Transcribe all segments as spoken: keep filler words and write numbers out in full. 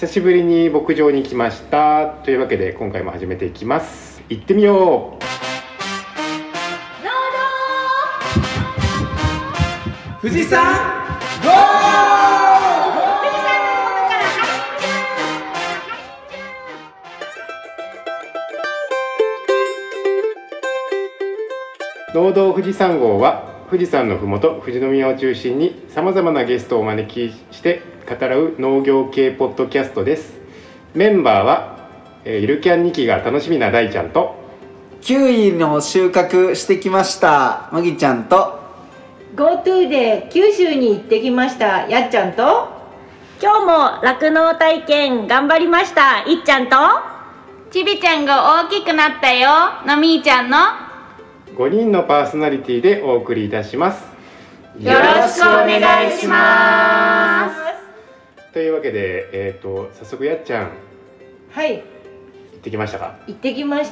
久しぶりに牧場に来ましたというわけで今回も始めていきます。行ってみよう。 富士山ゴー。 農道富士山号は富士山のふもと富士宮を中心にさまざまなゲストをお招きして語らう農業系ポッドキャストです。メンバーは、えー、ゆるキャンにきが楽しみな大ちゃんとキウイの収穫してきましたまぎちゃんと GoTo で九州に行ってきましたやっちゃんと今日も酪農体験頑張りましたいっちゃんとちびちゃんが大きくなったよのみーちゃんのごにんのパーソナリティでお送りいたします。 よろしくお願いします。 というわけで、えーと、早速やっちゃん、 はい、 行ってきましたか？ 行ってきました。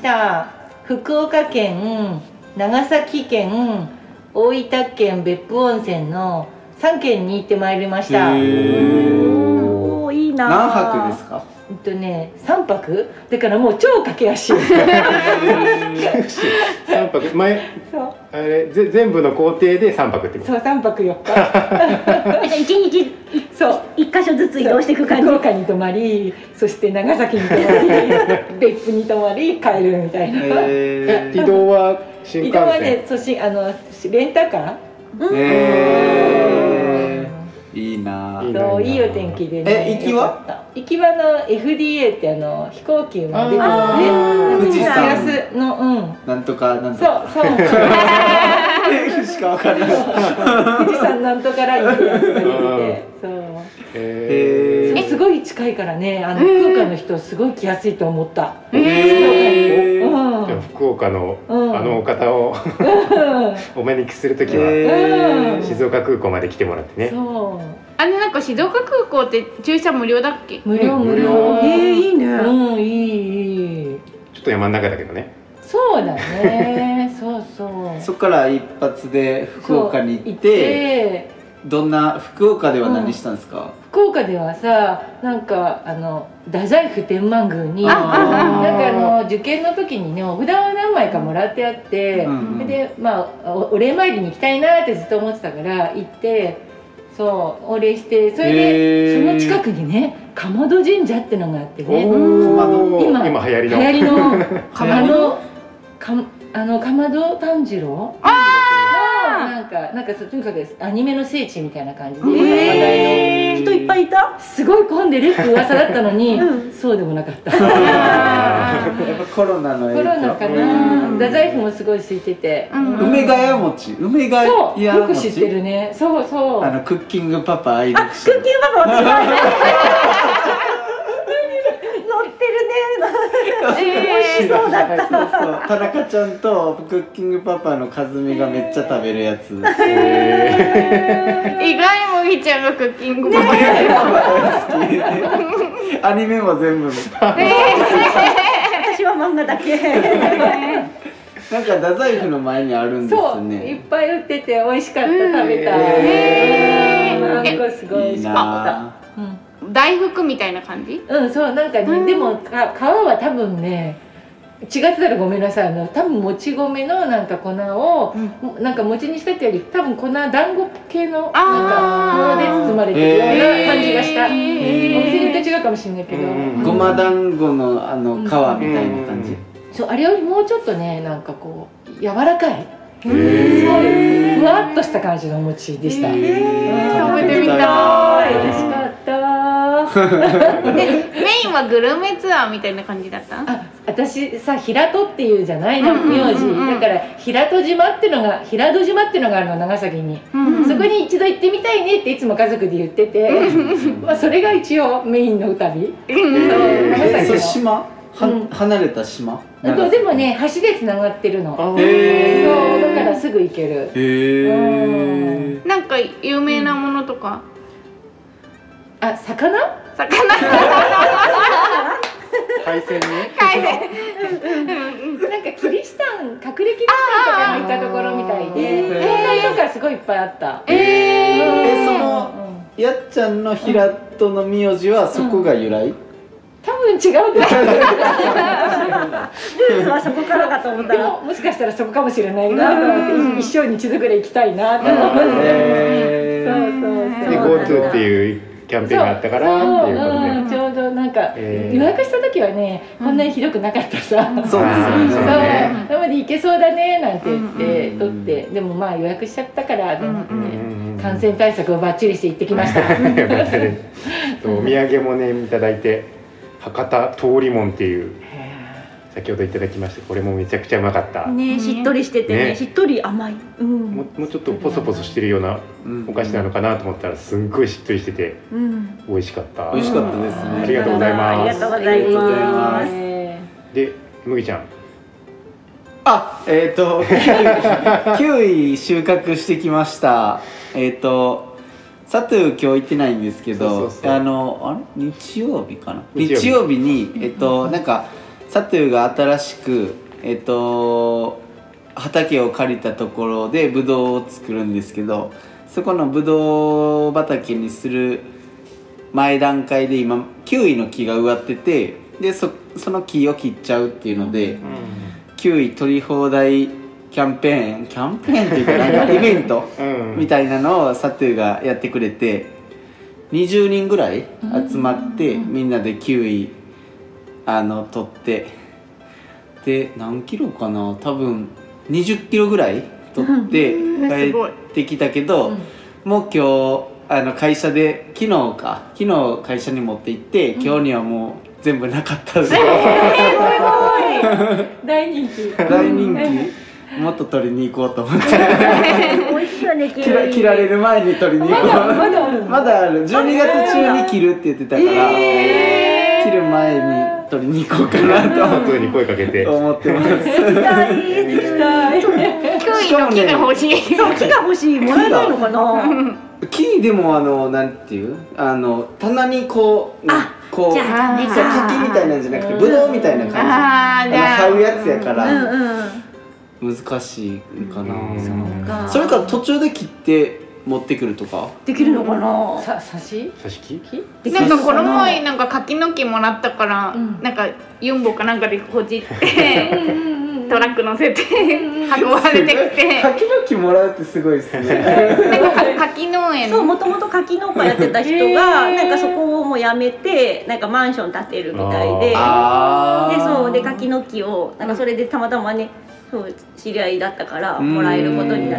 福岡県、長崎県、大分県別府温泉のさんけんに行ってまいりました。 おー、いいな。 何泊ですか？ えっとね、さんぱくだからもう超駆け足さんぱく前そうあれぜ全部の工程でさんぱくってこと？ そう、さんぱくよっかいちにちそういっかしょずつ移動していく感じ。 福岡に泊まり、そして長崎に泊まり別府に泊まり帰るみたいな、 えー、移動は新幹線？ 移動はね、そうしあのレンタカー。 えー、いいな。 そう、いいお天気でね。 え、行きは？ 行きはの エフディーエー ってあの飛行機も出てるので、 富士山のうんなんとかなんとかそうそうしかわからない富士山なんとかラインってやつが出てて、そうへー、すごい近いからね、あの福岡の人すごい来やすいと思った。 へー、うん、じゃあ福岡の、うん、あのお方をお招きするときは静岡空港まで来てもらってね。 そう、 あれなんか静岡空港って駐車無料だっけ？ 無料無料。 えー、いいね。 うん、いいいい。 ちょっと山の中だけどね。 そうだね。そうそう。 そっから一発で福岡に行って、どんな福岡では何したんですか？うん、 福岡ではさ、なんかあの太宰府天満宮になんかあの受験の時にね、お札を何枚かもらってあって、うんうん、でまあ お, お礼参りに行きたいなってずっと思ってたから行って、そうお礼して、それでその近くにね竈門神社ってのがあってね、 今今流行りの流行りの竈門かあの竈門炭治郎。なんかなんかとにかくアニメの聖地みたいな感じで話題の人いっぱいいた。 すごい混んでるって噂だったのに、うん、そうでもなかったやっぱコロナの影響。 コロナかな。太宰府もすごい空いてて、 うん、梅ヶ谷餅、梅ヶ谷餅、 そうよく知ってるね。そうそう、 あのクッキングパパ愛読書。クッキングパパは違うね乗ってるね。えー、そうだった。 そうそう、田中ちゃんとクッキングパパのかずみがめっちゃ食べるやつ。 えー、意外もみちゃんがクッキングパパ好き。アニメも全部見た。 えー、私は漫画だけ。 なんか太宰府の前にあるんですね。 そう、いっぱい売ってて美味しかった。食べた。 えー、 なんかすごい美味しかった。 大福みたいな感じ？ うん、そうなんかね、うん、でもか皮は多分ね、違ってたらごめんなさい。あの多分もち米のなんか粉を、うん、なんか餅にしたってより多分粉団子系のなんかもので包まれてるような感じがした。お店によって違うかもしれないけど、 ごま団子のあの皮みたいな感じ。 うん、そう、あれよりもうちょっとね、なんかこう柔らかい。すごいふわっとした感じのお餅でした。 食べてみたい。 美味しかった。 でメインはグルメツアーみたいな感じだった？ あ、私さ、平戸っていうじゃないの、名字だから平戸島ってのが平戸島ってのがあるの、長崎に、うんうん、そこに一度行ってみたいねっていつも家族で言っててまあそれが一応メインの旅。 え、そう、島は、うん、離れた島？ でもね、橋でつながってるの。へー、そうだからすぐ行ける。 へー。 なんか有名なものとか？ うん、あ、魚？ 魚海鮮ね。 海鮮なんかキリシタン、隠れキリシタンとか行ったところみたいで、教会とかすごいいっぱいあった。 えー、え、そのやっちゃんの平トの名字はそこが由来、 多分違うと思う。 ルーツはそこからかと思ったらでももしかしたらそこかもしれないなと思って、一生に一度ぐらい行きたいなと思って、 へそうーで GoTo っていうキャンペーンがあったからっていうことで、 うん、ちょうどなんか、 えー予約した時はねこんなにひどくなかったさ、うん、 そうですよね。 そうなので行けそうだねなんて言って、 うん取ってでもまあ予約しちゃったからと思って、 うん感染対策をバッチリして行ってきました。 よかったですお土産もねいただいて、博多通りもんっていう先ほどいただきました。これもめちゃくちゃうまかった、 ね、しっとりしててね、 ねしっとり甘い、うん、 もうもうちょっとポソポソしてるようなお菓子なのかなと思ったらすんごいしっとりしててうん、 美味しかった。 美味しかったですね。 ありがとうございます。 ありがとうございます。 で、麦ちゃん、 あ、えっ、ー、とキウイ収穫してきました。えっ、ー、とサトゥ今日行ってないんですけど、 そうそうそうあのあれ日曜日かな。 日曜日日曜日にえっ、ー、となんかサトゥが新しくえっ、ー、と畑を借りたところでブドウを作るんですけど、そこのブドウ畑にする前段階で今キウイの木が植わってて、で そ, その木を切っちゃうっていうので、うん、キウイ取り放題キャンペーンキャンペーンっていうかなんかイベントみたいなのをサトゥがやってくれて、にじゅうにんぐらい集まってみんなでキウイあの取って、で何キロかな、多分にじゅっキロぐらい取って帰ってきたけど、もう今日あの会社で昨日か昨日会社に持って行って、今日にはもう全部なかったです。 大人気大人気もっと取りに行こうと思って美味しいよね、キウイ切ら切られる前に取りに行こう。 まだまだあるのまだある。じゅうにがつ中に切るって言ってたから、切る前に取りに行こうかなとサトゥに声かけて思ってます。 行きたい行きたい。 キウイの木が欲しい。 そう、木が欲しい。もらえないのかな。 木でもあのなんていうあの棚にこうあこうじゃあそう柿みたいなんじゃなくてブドウみたいな感じ。 あーじゃああの這うやつやからうんうん。 難しいかな。 うんかそれから途中で切って持ってくるとか。 できるのかな。 さ刺し挿し木なんかこの前なんか柿の木もらったから、 うんなんかユンボかなんかでほじってトラック乗せて運ばれてきて、 柿の木もらうってすごいですね。 なんか柿農園そう、もともと柿農家やってた人がなんかそこをもうやめてなんかマンション建てるみたいで、 あーでそうで柿の木をなんかそれでたまたまね、そう知り合いだったからもらえることになって、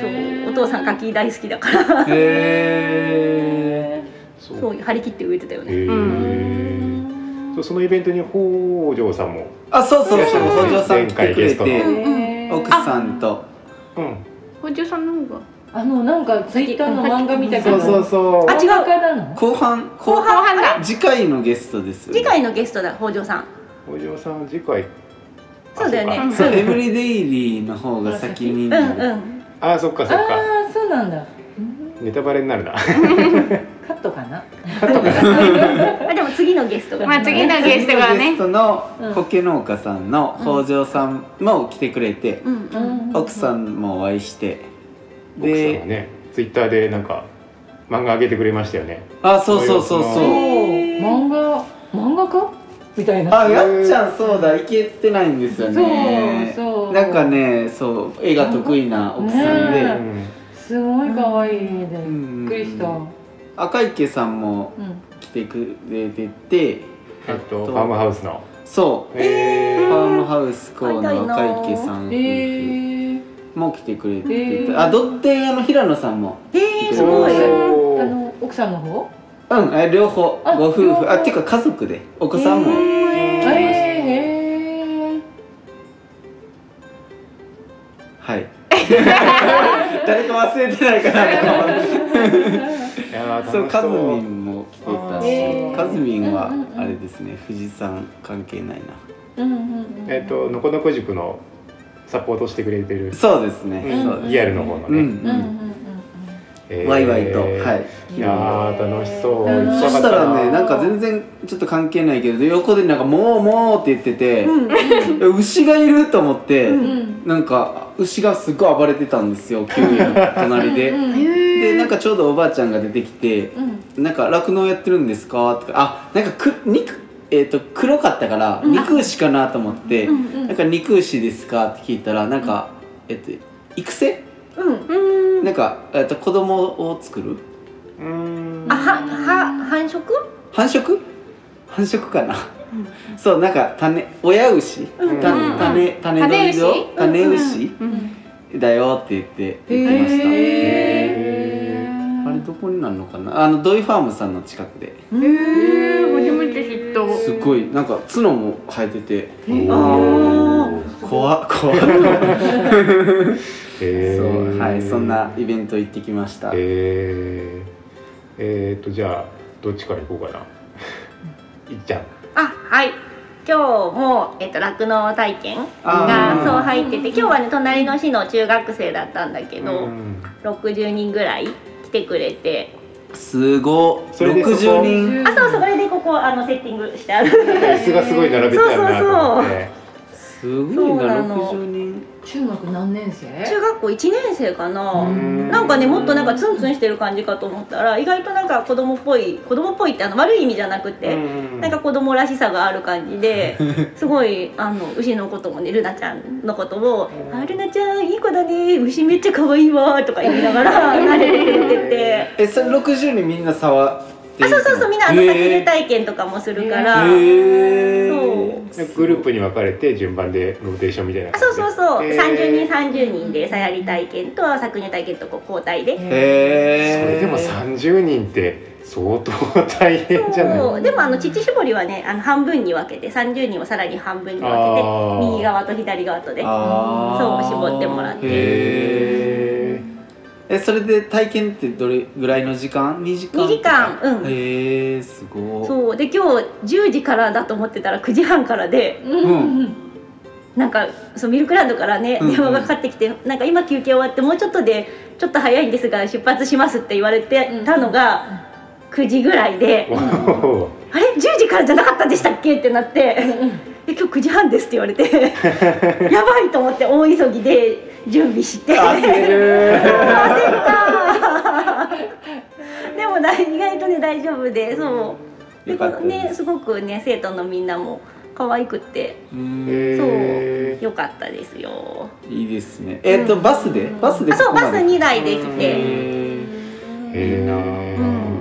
そうお父さん柿大好きだからへそそう張り切って植えてたよね。 へーそうそのイベントに北条さんも、 あ、そうそうそう、北条さん来てくれ前回ゲストて、 へー奥さんと。 うん、 北条さんの方があのなんかツイッターの漫画みたいなそうそうそう。 あ違う漫画なの後半後後半だ。 次回のゲストですよね。 次回のゲストだ、北条さん。 北条さん次回、 そうだよねあそう、エブリデイリーの方が先にうんなる。 うん。 あ、そっかそっか、 ああそうなんだ。 ネタバレになるな。 カットかな。 あでも次のゲストが。 まあ次のゲストがねゲストの苔農家さんの北条さんも来てくれて、 うんうん。 奥さんもお会いして、 奥さんがで、 ね、ツイッターでなんか漫画上げてくれましたよね。 あ、そうそうそうおそう。 ー漫画漫画家みたいな。 あ、やっちゃんそうだ、行けてないんですよね。 そうそうなんかね、そう絵が得意な奥さんで、 ねうんすごい可愛い絵でんびっくりした。うん。 赤池さんも来てくれてて、 えっとファームハウスの、 そう、 えファームハウス校の赤池さん夫婦えー、 も来てくれてて、 えーあ、ドッテン屋の平野さんも、 えー、すごい。 おーあの奥さんの方？ うん、え両方あご夫両方婦、あ、っていうか家族でお子さんも、 えー、 来てましたえー、 はい誰か忘れてないかなと思っていやーそう、カズミ楽しそう。 ンも来てたあし、 ーカズミンはうんうんうんあれですね、富士山関係ないな。 うんうんうん。 えっとのこのこ塾のサポートしてくれてる、 そうですね、 うんそうです。 リアルの方のね、 うんうんうんうんえーワイワイと、はい。 いやー楽しそう。 うんそしたらね、なんか全然ちょっと関係ないけど、横でなんか「もうもう」って言ってて、牛がいると思って、 うんうんなんか牛がすごい暴れてたんですよ、キウイの隣で。 うんうんで、なんかちょうどおばあちゃんが出てきてうんなんか酪農やってるんですかとか、あなんかく肉えー、と黒かったから肉牛かなと思って、うん、なんか肉牛ですかって聞いたらなんか、えっと、育成、うん、なんか、えっと、子供を作る、 うん、あはは繁殖繁殖繁殖かな、うん、そうなんか種親牛、うん、種種種鳥の種牛、うんうん、だよって言って言ってました。へー、あれどこになるのかな、あのドイファームさんの近くで。へえ、初めて知った。 すごいなんか角も生えてて、あ怖っ怖っえー、そうはい、そんなイベント行ってきました。 えー、えー、とじゃあどっちから行こうかな。いっちゃん。 あ、はい。今日もえっと酪農体験がそう入ってて、今日はね隣の市の中学生だったんだけど、ろくじゅうにんぐらい来てくれて。 すごい。ろくじゅうにん。 あ、そうそう、それでここあのセッティングしてある。 椅子がすごい並べてあるなと思って。 すごいな、ろくじゅうにん。 中学何年生？ 中学校いちねん生かな。なんかねもっとなんかツンツンしてる感じかと思ったら、意外となんか子供っぽい、子供っぽいってあの悪い意味じゃなくて、なんか子供らしさがある感じで、すごいあの牛のこともね、ルナちゃんのことを「あ、ルナちゃんいい子だね、牛めっちゃ可愛いわ」とか言いながら慣れてくれてて。 え、それろくじゅうにんみんな触って？ あ、そうそうそう、みんなあの搾乳体験とかもするから、 そうグループに分かれて順番でローテーションみたいな感じで。 そうそうそう、さんじゅうにんさんじゅうにんでさやり体験と搾乳体験とこう交代で。 へー、それでもさんじゅうにんって相当大変じゃない？ そうでもあの乳搾りはね、あの半分に分けてさんじゅうにんをさらに半分に分けて右側と左側とでそう絞ってもらって。 へー、え、それで体験ってどれぐらいの時間？にじかん？にじかん、 うん。 へえ、すごい。 そうで今日じゅうじからだと思ってたらくじはんからで、うん、なんかそうミルクランドからね電話がかかってきて、うんうん、なんか今休憩終わってもうちょっとでちょっと早いんですが出発しますって言われてたのがくじぐらいで、うん、あれじゅうじからじゃなかったでしたっけってなって、え今日くじはんですって言われてやばいと思って大急ぎで準備して焦る焦ったでも意外とね大丈夫で、そうでこのねすごくね生徒のみんなも可愛くってそう良かったですよ。 いいですね。えっとバスでバスであ、そうバスにだいで来て。 へえな、うん、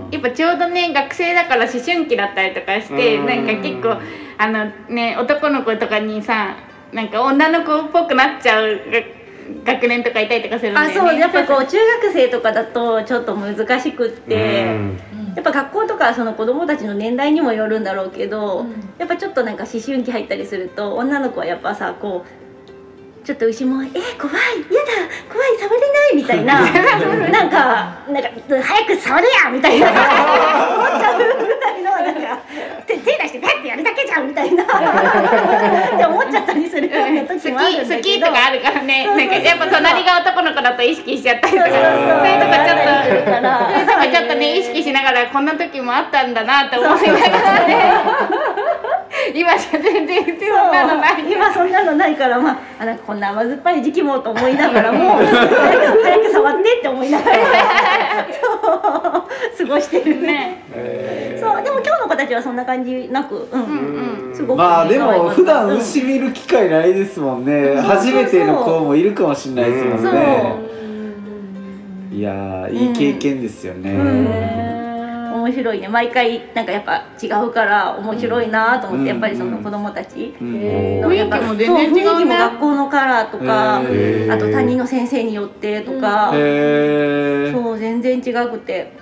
やっぱちょうどね学生だから思春期だったりとかして、なんか結構あのね男の子とかにさなんか女の子っぽくなっちゃう学年とかいたりとかするんだよね。 あ、そうやっぱこう中学生とかだとちょっと難しくって、うん、やっぱ学校とかその子供たちの年代にもよるんだろうけど、うん、やっぱちょっとなんか思春期入ったりすると女の子はやっぱさこうちょっと牛も「え怖いやだ怖い触れない」みたいななんかなんか早く触れやみたいな思っちゃうぐらいのなんか手出してペッてやるだけじゃんみたいなって思っちゃったりするような時もあるんだけど、 好きとかあるからね、なんかやっぱ隣が男の子だと意識しちゃったりとか、そういうとこちょっとそういうとこちょっとね意識しながらこんな時もあったんだなって思いながらね今じゃ全然そんなのない。 今そんなのないから、まあなんかこんな甘酸っぱい時期もと思いながらも早く早く触ってって思いながらそう過ごしてるね。そうでも今日の子たちはそんな感じなく、うんうんうん、すごくまあでも普段牛見る機会ないですもんね、うん、初めての子もいるかもしれないですもんね。いやーいい経験ですよね、うんうん面白いね。毎回なんかやっぱ違うから面白いなと思って、うん、やっぱりその子供たちの雰囲気も全然違うね。 雰囲気も学校のカラーとか、あと担任の先生によってとか、そう全然違くて、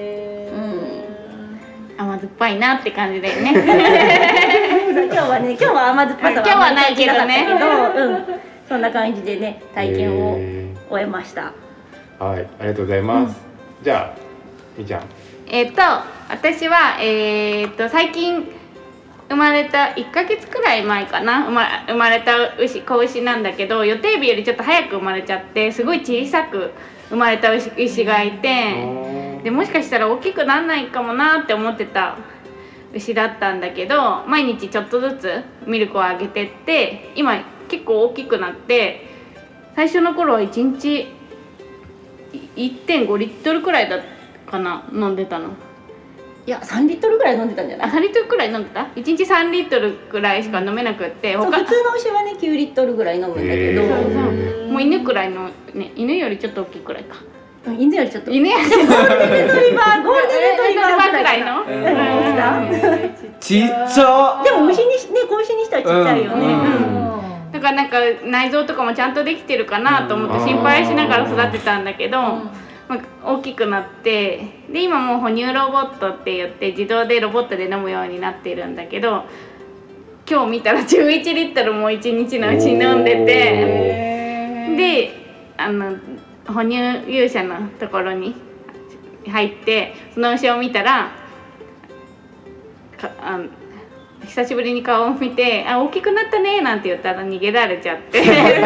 うん、甘酸っぱいなって感じだよね今日はね今日は甘酸っぱさは今日はないけどね、 うん、そんな感じでね体験を終えました。 はい、ありがとうございます、うん、じゃあみーちゃん。 えっと私は、えー、っと最近生まれたいっかげつくらい前かな、生ま、生まれた牛子牛なんだけど、予定日よりちょっと早く生まれちゃってすごい小さく生まれた 牛, 牛がいて、でもしかしたら大きくならないかもなって思ってた牛だったんだけど、毎日ちょっとずつミルクをあげてって今結構大きくなって、最初の頃はいちにちいってんごリットルくらいだったかな飲んでたの。 いやさんリットルぐらい飲んでたんじゃない？ あさんリットルくらい飲んでた？いちにちさんリットルくらいしか飲めなくって、 そう普通の牛はねきゅうリットルぐらい飲むんだけど、 そうそうもう犬くらいのね、犬よりちょっと大きいくらいか。 犬よりちょっと犬よりゴールデンレトリバーゴールデンレトリバーくらいの、 ちっちゃでも牛にしね子牛にしてはちっちゃいよね、 うん、だからなんか内臓とかもちゃんとできてるかなと思って心配しながら育てたんだけど、まあ、大きくなってで今もう哺乳ロボットって言って自動でロボットで飲むようになってるんだけど、今日見たらじゅういちリットルもいちにちのうちに飲んでて、であの哺乳牛舎のところに入ってその牛を見たらかあ久しぶりに顔を見て「あ大きくなったね」なんて言ったら逃げられちゃってそう触り始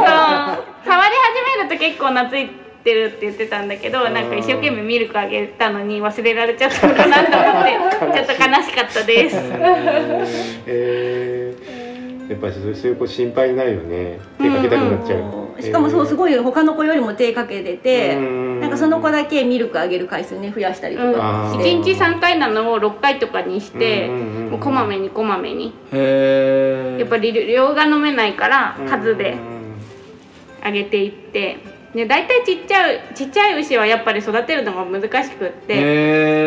めると結構懐いてるって言ってたんだけど、なんか一生懸命ミルクあげたのに忘れられちゃったのかなと思ってちょっと悲しかったです。 えー、やっぱりそういう子心配になるよね。手かけたくなっちゃう、 うんうん、しかもそうすごい他の子よりも手かけてて、なんかその子だけミルクあげる回数ね増やしたりとかして、 うん、いちにちさんかいなのをろっかいとかにして、もうこまめにこまめにへやっぱり量が飲めないから数であげていって、で大体ちっちゃいちっちゃい牛はやっぱり育てるのが難しくって、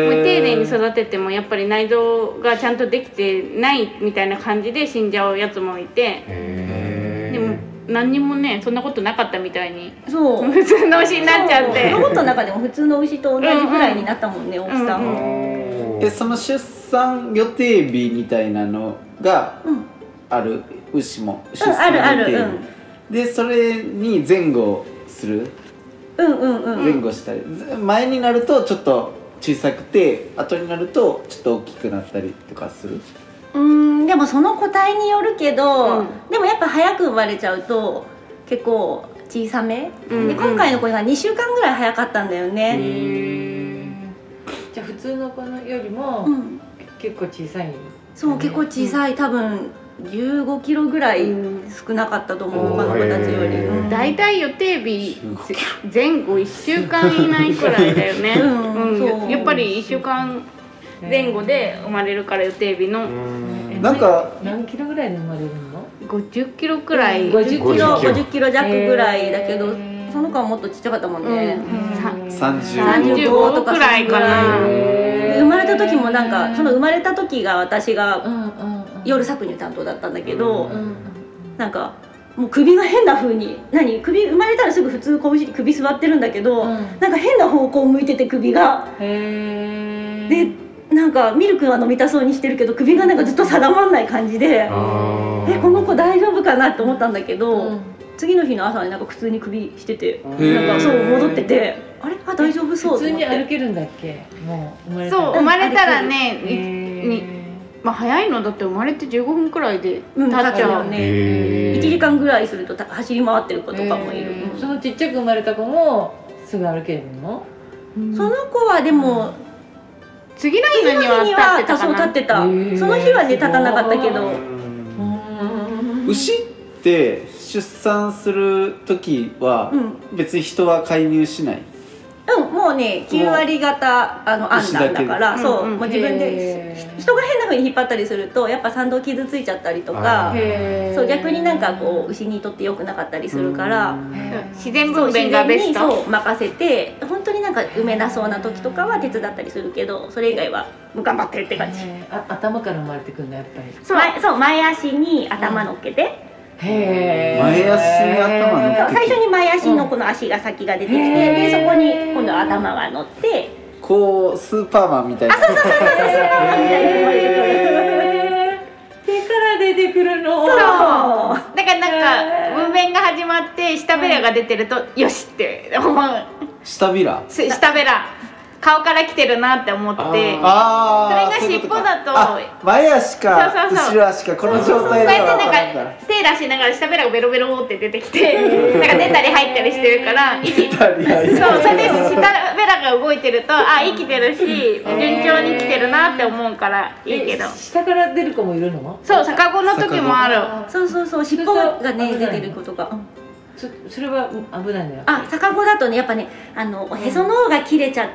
無丁寧に育ててもやっぱり内臓がちゃんとできてないみたいな感じで死んじゃうやつもいて、でも何にもねそんなことなかったみたいにそう普通の牛になっちゃって、 ロボットの中でも普通の牛と同じぐらいになったもんね、大きさも。 えその出産予定日みたいなのがある、うん、牛も出産予定日、うん、あるある、うん、でそれに前後する、 うんうんうん、 前後したり、前になるとちょっと小さくて後になるとちょっと大きくなったりとかする？ うーんでもその個体によるけど、うん、でもやっぱ早く生まれちゃうと結構小さめ、うんうん、で今回の子がにしゅうかんぐらい早かったんだよね。 へじゃあ普通の子のよりも、うん、結構小さい、ね、 そう結構小さい、うん、多分じゅうごキロぐらい少なかったと思う、他の子たちより。 だいたい予定日前後いっしゅうかん以内くらいだよね、うんうん、やっぱりいっしゅうかんぜん後で生まれるから予定日のなんか何キロぐらいで生まれるの？ ごじゅっキロくらい、 ごじゅっキロ、ごじゅっキロ弱ぐらいだけど、その子はもっとちっちゃかったもんね、 うん、さんじゅうごとかくらいかな。 生まれた時もなんかその生まれた時が私が夜搾乳担当だったんだけど、なんかもう首が変な風に何首生まれたらすぐ普通拳に首座ってるんだけど、うん、なんか変な方向を向いてて首がへでなんかミルクは飲みたそうにしてるけど首がなんかずっと定まんない感じで、えこの子大丈夫かなって思ったんだけど、うん、次の日の朝になんか普通に首しててなんかそう戻っててあれあ大丈夫そう普通に歩けるんだっけ？もう生まれたそう生まれたらねにまあ、早いのだって生まれてじゅうごふんくらいで経っちゃうね、 いちじかんぐらいすると走り回ってる子とかもいる、 そのちっちゃく生まれた子もすぐ歩けるの？ その子はでも次の日には立ってたかな。 立ってた、その日はね立たなかったけど。 牛って出産する時は別に人は介入しない？ うん、もうねきゅうわり方あの安産だからそう、うんうん、もう自分で人が変な風に引っ張ったりするとやっぱ産道傷ついちゃったりとかそう逆になんかこう牛にとって良くなかったりするから自然分娩がベストそう任せて本当になんか産めなそうな時とかは手伝ったりするけどそれ以外は頑張ってるって感じ。 あ頭から生まれてくるんだやっぱり。 そう前そう前足に頭乗っけて、 へ前足に頭乗っけて最初に前足のこの足が先が出てきて、でそこに今度は頭が乗ってこうスーパーマンみたいな。 あそうそうそうそうスーパーマンみたいな手から出てくるの。 そうだからなんか分娩が始まって下べらが出てると、うん、よしって思う。 下べら下べら顔から来てるなって思って、 あそれが尻尾だと前足かそうそうそう後ろ足かこの状態ではこうやってなんか手出しながら下べらがベロベロって出てきてなんか出たり入ったりしてるから出たり入ったりそうそれで下べらが動いてるとあ生きてるし順調に来てるなって思うからいいけど、 下から出る子もいるの？ そう逆子の時もある。 そうそうそう尻尾がね出てる子とかそ, それは危ないんだよ。 あ、逆子だとねやっぱねあのへその緒が切れちゃって、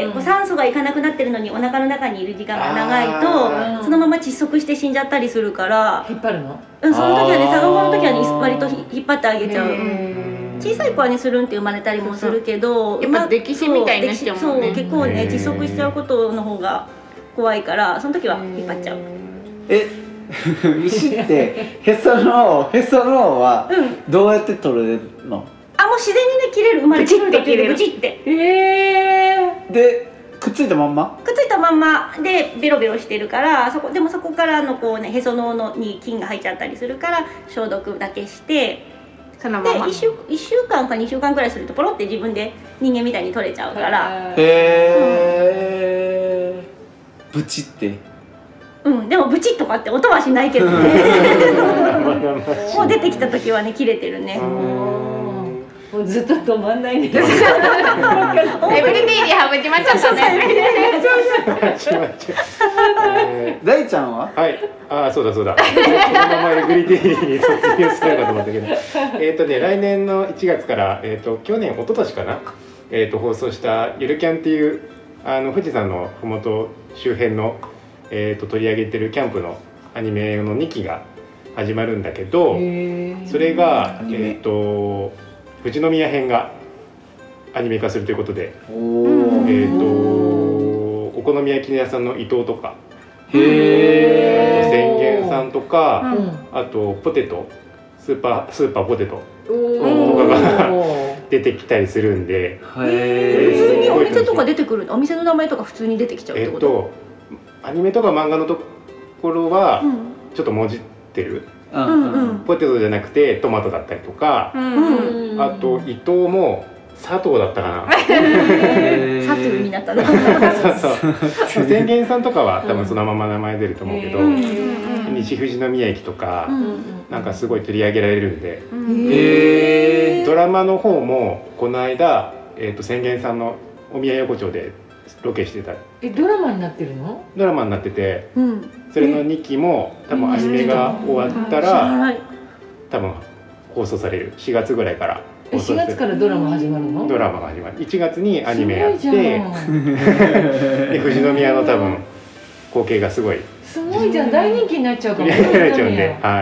うん、こう酸素がいかなくなってるのにお腹の中にいる時間が長いとそのまま窒息して死んじゃったりするから引っ張るの？ うん、その時はね逆子の時はね割と引っ張ってあげちゃう。小さい子はねスルンって生まれたりもするけど、 やっぱ溺死みたいになっちゃうもんね。 そう結構ね窒息しちゃうことの方が怖いからその時は引っ張っちゃう。 え牛ってへその緒へその緒はどうやって取れるの？ あ、もう自然にね切れる、生まれてくるだけでブチってえー、でくっついたまんまくっついたまんまでベロベロしてるからそこでもそこからのこうねへその緒のに菌が入っちゃったりするから消毒だけしてそのままで 1, 週いっしゅうかんかにしゅうかんくらいするとポロって自分で人間みたいに取れちゃうからへえ、うん、ブチってうんでもブチッとかって音はしないけどねもう出てきた時はね切れてるねもうずっと止まんないねエブリデイにはぶちまっちゃったね大ちゃんは？ はい、ああそうだそうだこのままエブリデイに卒業するかと思ったけどえっとね来年のいちがつから、えー、と去年一昨年かな、えー、と放送したゆるキャンっていうあの富士山のふもと周辺の、えー、と取り上げてるキャンプのアニメのにきが始まるんだけどそれが、えー、と富士宮編がアニメ化するということで、えー、とお好み焼き屋さんの伊藤とかへあと宣言さんとか、うん、あとポテトスーパースーパーポテトとかが出てきたりするんで普通にお店とか出てくるお店の名前とか普通に出てきちゃうってこと？ えっとアニメとか漫画のところはちょっともじってる、うんうん、ポテトじゃなくてトマトだったりとか、うんうん、あと伊藤も佐藤だったかな佐藤になったねそうそう宣言さんとかは多分そのまま名前出ると思うけど、うん、西富士宮駅とか、うん、なんかすごい取り上げられるんで、うん、えー、ドラマの方もこの間、えー、と宣言さんのお宮横丁でロケしてた。 えドラマになってるの？ ドラマになってて、うん、それのにきも多分アニメが終わったら多分放送されるしがつぐらいからしがつからドラマ始まるの？ ドラマが始まるいちがつにアニメやってで富士宮の多分光景がすごいすごいじゃん大人気になっちゃうかもなっちゃうんで、はい、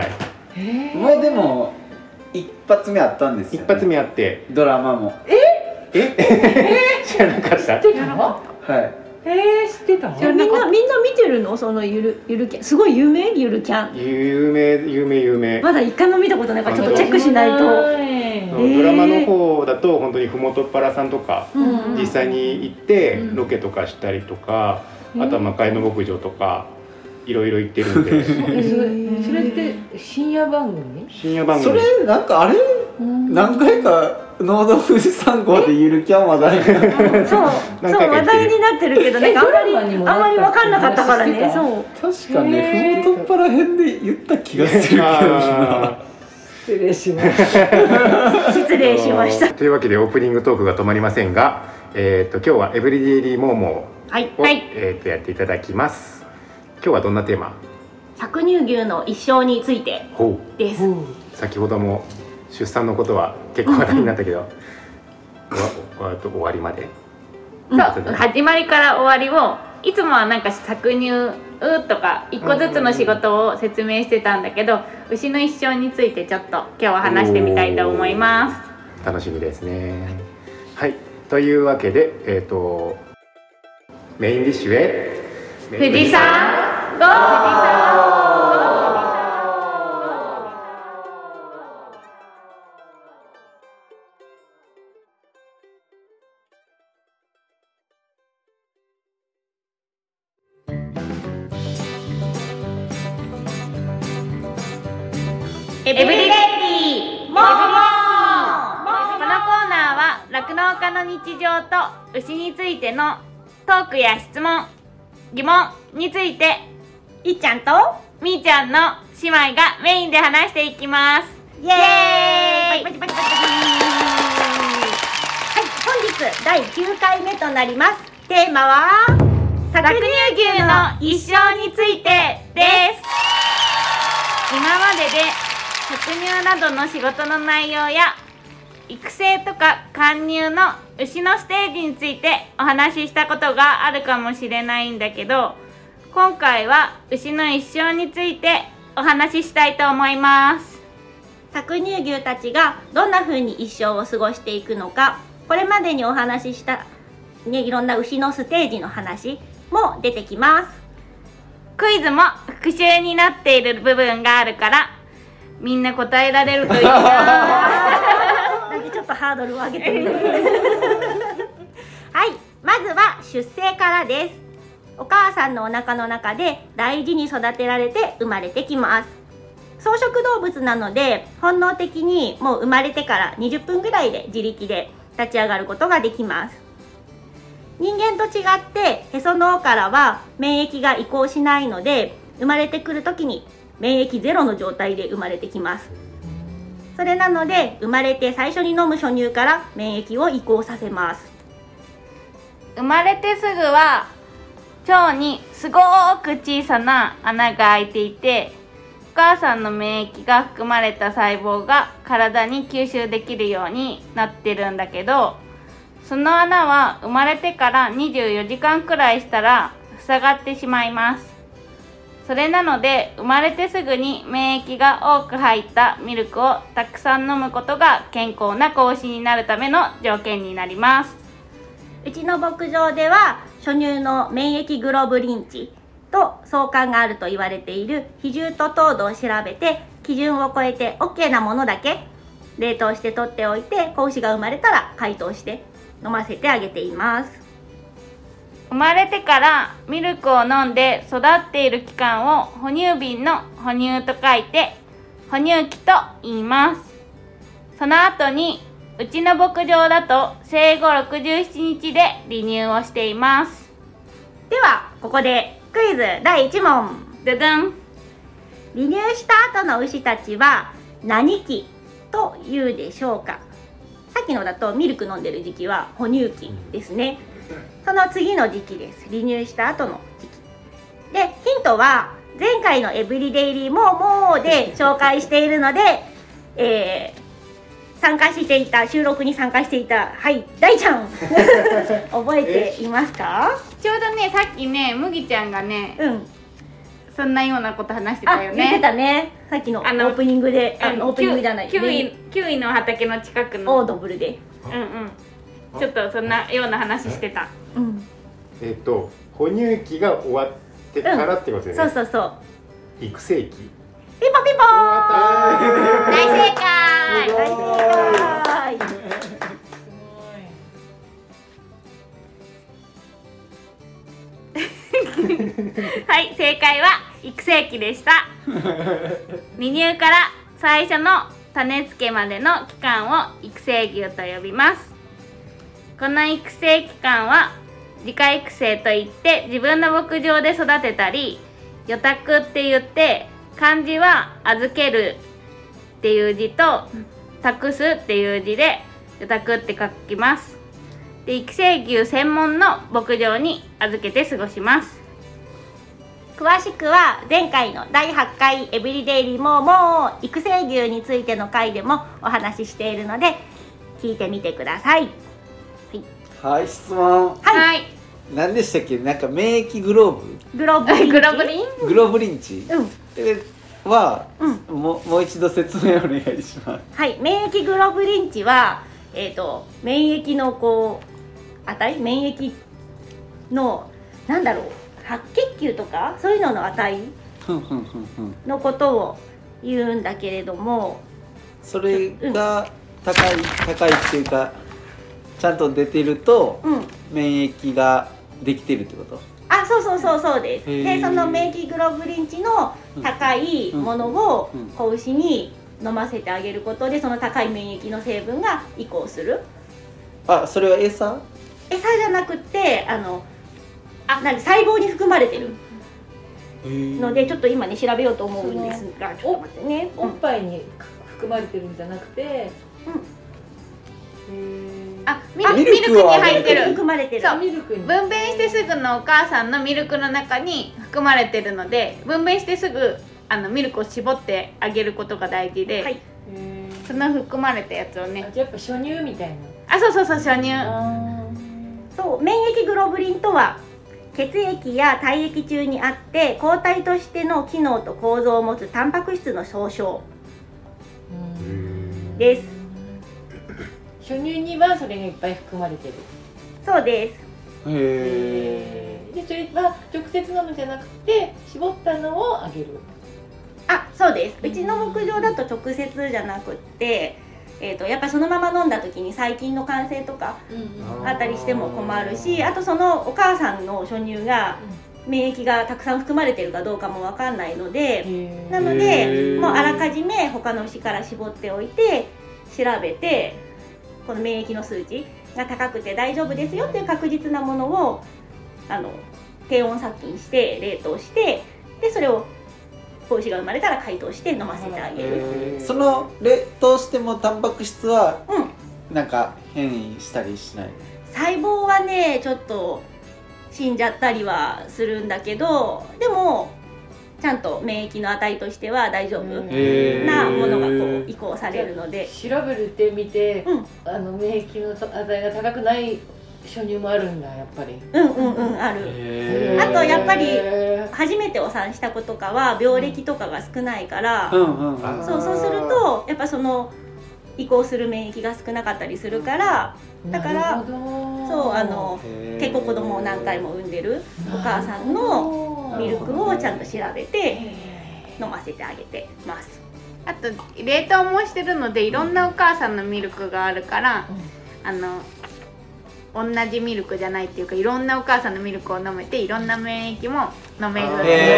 もうでも一発目あったんですよ、ね、 一発目あってドラマもえええ知らなかった？ 知ってたの？ はいえー、知ってたの？ みんなみんな見てるの？そのゆるゆるキャンすごい有名ゆるキャン有名有名有名まだ一回も見たことないからちょっとチェックしないと。 ドラマの方だと本当にふもとっぱらさんとか、うん、実際に行ってロケとかしたりとか、うん、あとは魔界の牧場とかいろいろ行ってるんでそれ、 それって深夜番組？ 深夜番組それなんかあれ、うん、何回か農道富士山号でゆるキャン話題そうそう話題になってるけどねあんまりあんまり分かんなかったからねそう確かねふもとっぱら辺で言った気がするけどな失礼しました失礼しましたというわけでオープニングトークが止まりませんが、えー、と今日はエブリデイリーモーモーを、 はいはい、 えー、とやっていただきます。今日はどんなテーマ？ 搾乳牛の一生についてです。 先ほども出産のことは結構話題になったけど、うんうん、終わりまでそう、始まりから終わりをいつもはなんか搾乳とか一個ずつの仕事を説明してたんだけど、牛の一生についてちょっと今日は話してみたいと思います。 楽しみですね。はい、というわけで、えーと、メインディッシュへ富士山ゴー。エブリデイリーモーモー。このコーナーは酪農家の日常と牛についてのトークや質問、疑問についていっちゃんとみーちゃんの姉妹がメインで話していきます。 イエーイ。はい、本日だいきゅうかいめとなります。テーマは搾乳牛の一生についてです。今までで搾乳などの仕事の内容や育成とか貫入の牛のステージについてお話ししたことがあるかもしれないんだけど、今回は牛の一生についてお話ししたいと思います。 搾乳牛たちがどんな風に一生を過ごしていくのか、これまでにお話しした、ね、いろんな牛のステージの話も出てきます。 クイズも復習になっている部分があるからみんな答えられるといいな。 なんでちょっとハードルを上げてみる。はい、まずは出生からです。お母さんのお腹の中で大事に育てられて生まれてきます。草食動物なので本能的にもう生まれてからにじゅっぷんぐらいで自力で立ち上がることができます。人間と違ってへその緒からは免疫が移行しないので、生まれてくる時に免疫ゼロの状態で生まれてきます。それなので生まれて最初に飲む初乳から免疫を移行させます。 生まれてすぐは腸にすごーく小さな穴が開いていて、お母さんの免疫が含まれた細胞が体に吸収できるようになってるんだけど、その穴は生まれてからにじゅうよじかんくらいしたら塞がってしまいます。それなので生まれてすぐに免疫が多く入ったミルクをたくさん飲むことが健康な子牛になるための条件になります。 うちの牧場では初乳の免疫グロブリン値と相関があると言われている比重と糖度を調べて、基準を超えて OK なものだけ冷凍して取っておいて、子牛が生まれたら解凍して飲ませてあげています。 生まれてからミルクを飲んで育っている期間を哺乳瓶の哺乳と書いて哺乳期と言います。その後にうちの牧場だと生後ろくじゅうななにちで離乳をしています。 ではここでクイズだいいち問。 ドゥドン。 離乳した後の牛たちは何期というでしょうか。さっきのだとミルク飲んでる時期は哺乳期ですね。その次の時期です。離乳した後の時期で、ヒントは前回のエブリデイリーももうで紹介しているので、えー、参加していた収録に参加していたはい大ちゃん覚えていますか？ ちょうどね、さっきね麦ちゃんがね、 うんそんなようなこと話してたよね。 言ってたね。さっきのオープニングで、あのオープニングじゃないキウイ、キウイの畑の近くのオードブルで、 うんうん、ちょっとそんなような話してた。 うん、 えっと哺乳期が終わってからってことですね、 うん、そうそうそう。 育成期。 ピンポンピンポーン。 大正解。 大正解。 はい、正解は育成期でした。離乳から最初の種付けまでの期間を育成牛と呼びます。この育成期間は自家育成といって、自分の牧場で育てたり、予託って言って漢字は預けるっていう字と託すっていう字で予託って書きます。で、育成牛専門の牧場に預けて過ごします。 詳しくは前回のだいはちかいエブリデイリーももう育成牛についての回でもお話ししているので聞いてみてください。 はい、質問。 はい、 はい、 何でしたっけ？なんか免疫グローブグロブリンチグロブリングロブリンチ、 うんえは、 うん、 も, もう一度説明お願いします。 はい、免疫グロブリンチは、えーと、免疫のこう値免疫のなんだろう白血球とかそういうのの値のことを言うんだけれども、 それが高い、うん、高いっていうかちゃんと出てると、うん、免疫ができてるってこと？ あ、そうそうそうそうです。で、その免疫グロブリン値の高いものを子牛に飲ませてあげることで、その高い免疫の成分が移行する。 あ、それは餌？ 餌じゃなくて、あのあ、なんか細胞に含まれてるので、ちょっと今ね調べようと思うんですが、ちょっと待ってね。 おっぱいに含まれてるんじゃなくて、 うん、あ、ミル、ミルクに入ってる。 含まれてる。 そう、ミルクに分娩してすぐのお母さんのミルクの中に含まれてるので、分娩してすぐあのミルクを絞ってあげることが大事で、はい、 その含まれたやつをね、 あ、じゃあやっぱ初乳みたいな。 あ、そうそうそう、初乳。 そう、免疫グロブリンとは血液や体液中にあって抗体としての機能と構造を持つタンパク質の総称です。 初乳にはそれがいっぱい含まれてる。 そうです。 へでそれは直接飲むんじゃなくて絞ったのをあげる。 あ、そうです。うちの牧場だと直接じゃなくって、えーと、やっぱそのまま飲んだ時に細菌の感染とかあったりしても困るし、あとそのお母さんの初乳が免疫がたくさん含まれてるかどうかも分かんないので、なのでもうあらかじめ他の牛から絞っておいて調べて、この免疫の数値が高くて大丈夫ですよっていう確実なものをあの低温殺菌して冷凍して、でそれを子牛が生まれたら解凍して飲ませてあげる。 えー、その冷凍してもタンパク質はうん、 なんか変異したりしない？ 細胞はねちょっと死んじゃったりはするんだけど、でもちゃんと免疫の値としては大丈夫なものがこう移行されるので、 調べるってみて、 うん、 あの免疫の値が高くない初乳もあるんだ、やっぱり。 うんうんうんある。あとやっぱり初めてお産した子とかは病歴とかが少ないから、 うんうんうん、 そうそうするとやっぱその移行する免疫が少なかったりするから、だからそうあの結構子供を何回も産んでるお母さんのミルクをちゃんと調べて飲ませてあげてます。 あと冷凍もしてるのでいろんなお母さんのミルクがあるから、あの同じミルクじゃないっていうか、いろんなお母さんのミルクを飲めていろんな免疫も飲める。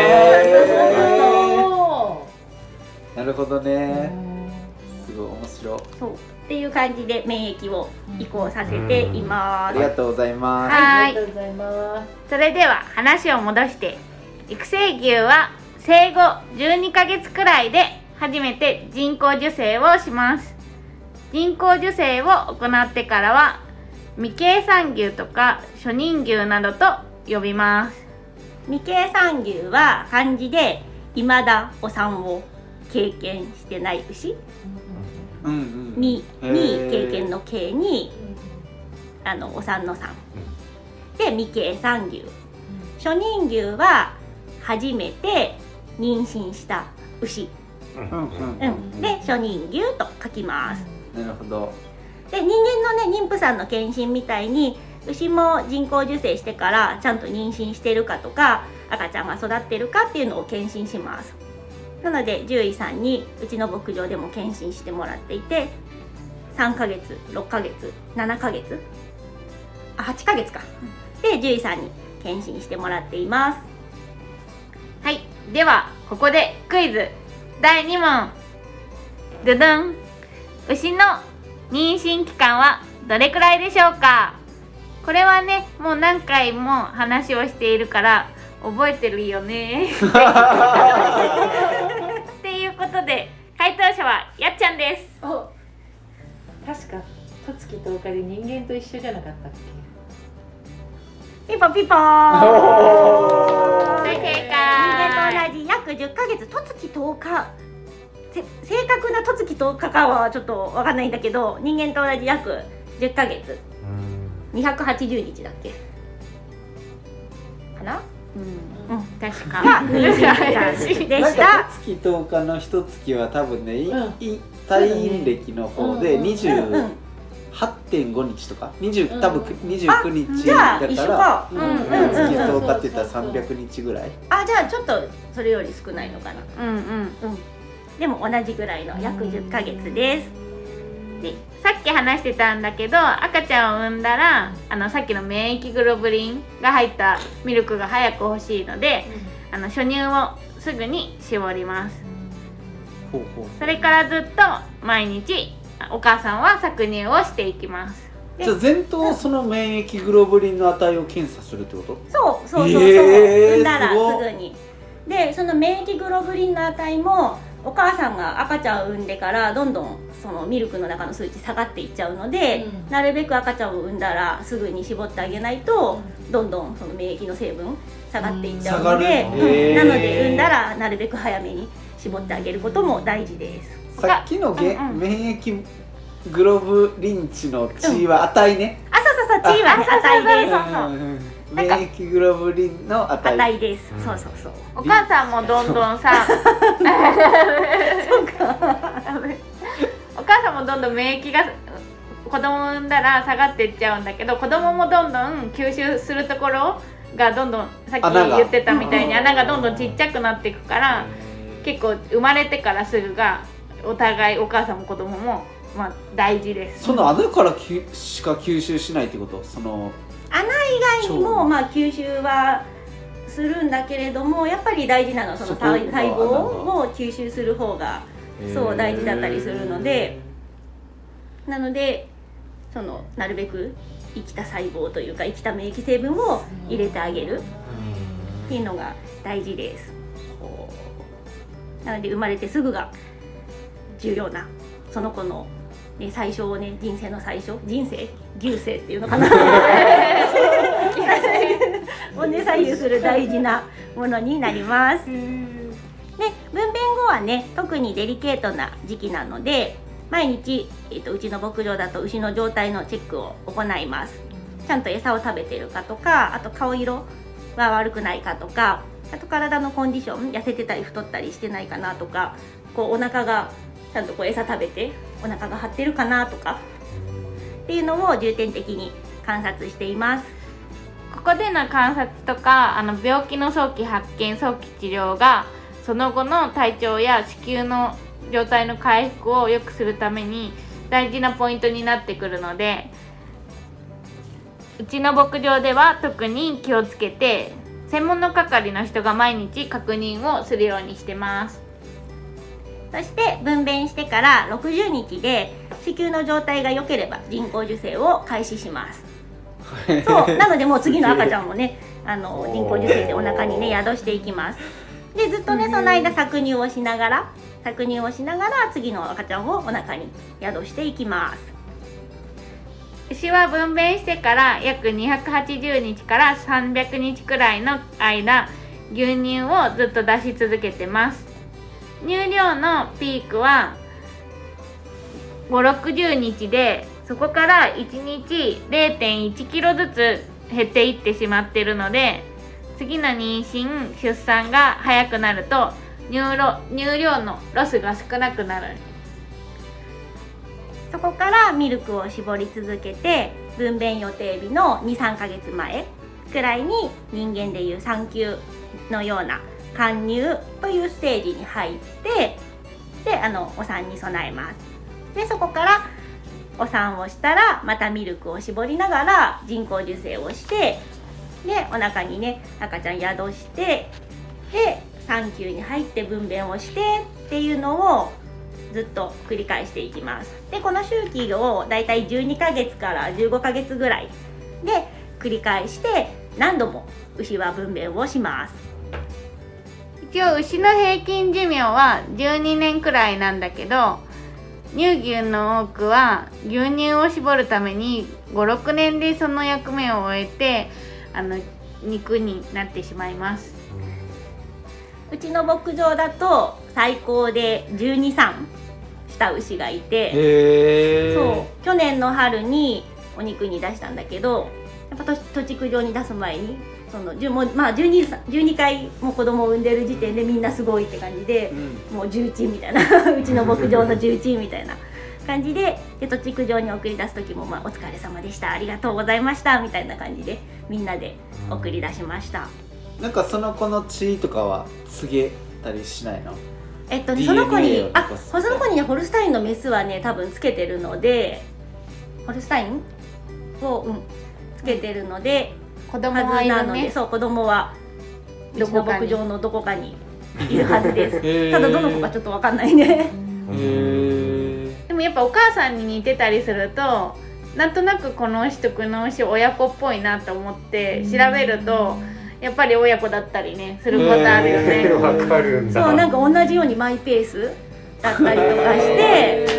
なるほどね。すごい面白い。 そうっていう感じで免疫を移行させています。 ありがとうございます。 はい、 ありがとうございます。 それでは話を戻して、育成牛は生後じゅうにかげつくらいで初めて人工授精をします。人工授精を行ってからは未経産牛とか初任牛などと呼びます。 未経産牛は漢字で未だお産を経験してない牛、 うんうん、 にに経験の経にあのお産の産で未経産牛、初任牛は初めて妊娠した牛、 うんうんうん、で初任牛と書きます。 なるほど。 で人間のね妊婦さんの検診みたいに牛も人工授精してからちゃんと妊娠してるかとか赤ちゃんが育ってるかっていうのを検診します。なので獣医さんにうちの牧場でも検診してもらっていて、さんかげつ、ろっかげつ、ななかげつ、あはちかげつかで獣医さんに検診してもらっています。 はい、ではここでクイズだいにもん。ドゥドゥン。牛の妊娠期間はどれくらいでしょうか？これはね、もう何回も話をしているから覚えてるよねっていうことで回答者はやっちゃんです。 お、確か十月とおかで人間と一緒じゃなかったっピポピポー大正解。 人間と同じ約じゅっかげつ、十月とおか、正確な十月とおかかはちょっとわかんないんだけど、人間と同じ約じゅっかげつ、にひゃくはちじゅうにちだっけかな、 うん、うん、確かが妊娠でなんかした月とおかの一月は多分ね、いうんい退院歴の方でうんにじゅうはちてんごにちとかにじゅう、多分にじゅうくにちじゃあだか、 一緒からうんうんうん月とおかって言ったらさんびゃくにちぐらい。 あ、じゃあちょっとそれより少ないのかな。 うんうん。 うんでも同じぐらいの約じゅっかげつです。 でさっき話してたんだけど、赤ちゃんを産んだらあのさっきの免疫グロブリンが入ったミルクが早く欲しいので、あの初乳をすぐに絞ります。 ほうほう。 それからずっと毎日お母さんは搾乳をしていきます。 じゃあ前頭その免疫グロブリンの値を検査するってこと？ そうそうそうそう、 えー産んだらすごいすぐに。でその免疫グロブリンの値もお母さんが赤ちゃんを産んでからどんどんそのミルクの中の数値下がっていっちゃうので、 うん、 なるべく赤ちゃんを産んだらすぐに絞ってあげないと、うん、どんどんその免疫の成分下がっていっちゃうので、 うん、 うん、なので産んだらなるべく早めに絞ってあげることも大事です。 さっきのげ、 うんうん、 免疫グロブリンチの値は値ね、 うん、あ、そうそうそう、値はね、値です。 うんうんうん、免疫グロブリンの値値です、うん、そうそうそう。 お母さんもどんどんさそうかお母さんもどんどん免疫が子供を産んだら下がっていっちゃうんだけど、子供もどんどん吸収するところがどんどんさっき言ってたみたいに穴がどんどんちっちゃくなっていくから、結構生まれてからすぐがお互いお母さんも子供もまあ大事です。 その穴からきしか吸収しないってこと？その穴以外にもまあ吸収はするんだけれども、やっぱり大事なのはその細胞を吸収する方がそう大事だったりするので、なのでそのなるべく生きた細胞というか生きた免疫成分を入れてあげるっていうのが大事です。なので生まれてすぐが重要なその子の、ね、最初をね、人生の最初、人生牛生っていうのかなをね左右する大事なものになります。で、分娩後はね特にデリケートな時期なので、毎日、えーと、うちの牧場だと牛の状態のチェックを行います。ちゃんと餌を食べてるかとか、あと顔色は悪くないかとか、あと体のコンディション、痩せてたり太ったりしてないかなとか、こうお腹がちゃんとこう餌食べてお腹が張ってるかなとかっていうのを重点的に観察しています。 ここでの観察とか、あの病気の早期発見、早期治療がその後の体調や子宮の状態の回復を良くするために大事なポイントになってくるので、うちの牧場では特に気をつけて、専門の係の人が毎日確認をするようにしてます。 そして分娩してからろくじゅうにちで子宮の状態が良ければ人工授精を開始します。そうなのでもう次の赤ちゃんもね、あの人工授精でお腹にね宿していきます。でずっとねその間搾乳をしながら搾乳をしながら次の赤ちゃんをお腹に宿していきます。 牛は分娩してから約にひゃくはちじゅうにちからさんびゃくにちくらいの間、牛乳をずっと出し続けてます。乳量のピークはごじゅう、ろくじゅうにちで、そこからいちにち れいてんいちキロずつ減っていってしまっているので、次の妊娠・出産が早くなると乳量、乳量のロスが少なくなる。 そこからミルクを絞り続けて、分娩予定日のにさんかげつまえくらいに人間でいう産休のような貫入というステージに入って、であのお産に備えます。でそこからお産をしたらまたミルクを絞りながら人工授精をして、でお腹にね赤ちゃん宿して、で産休に入って分娩をしてっていうのをずっと繰り返していきます。でこの周期をだいたいじゅうにかげつからじゅうごかげつぐらいで繰り返して何度も牛は分娩をします。 一応牛の平均寿命はじゅうにねんくらいなんだけど、乳牛の多くは牛乳を絞るためにご、ろくねんでその役目を終えて、あの肉になってしまいます。 うちの牧場だと最高でじゅうに、さんした牛がいて、 へー、 そう去年の春にお肉に出したんだけど、やっぱ土地区場に出す前にそのもう、まあ、じゅうに, じゅうにかいも子供を産んでる時点でみんなすごいって感じで、うん、もう重鎮みたいなうちの牧場の重鎮みたいな感じで、で土地区場に送り出す時も、まあ、お疲れ様でした、ありがとうございましたみたいな感じでみんなで送り出しました。 なんかその子の血とかは告げたりしないの？ えっとね、その子にあその子にねホルスタインのメスはね多分つけてるので、ホルスタインを、うん、つけてるので、 子供はいるね。 なので、そう子供はうちの牧場のどこかにいるはずですただどの子かちょっと分かんないねへでもやっぱお母さんに似てたりすると、なんとなくこの牛とこの牛親子っぽいなと思って調べると、やっぱり親子だったりねすることあるよね。 わかるんだ。 そうなんか同じようにマイペースだったりとかして、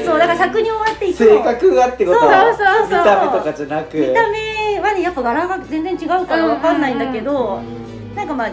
そうだから搾乳終わっていつも性格がってことはそうそうそう見た目とかじゃなく、 見た目はねやっぱ柄が全然違うから分かんないんだけど、なんかまあ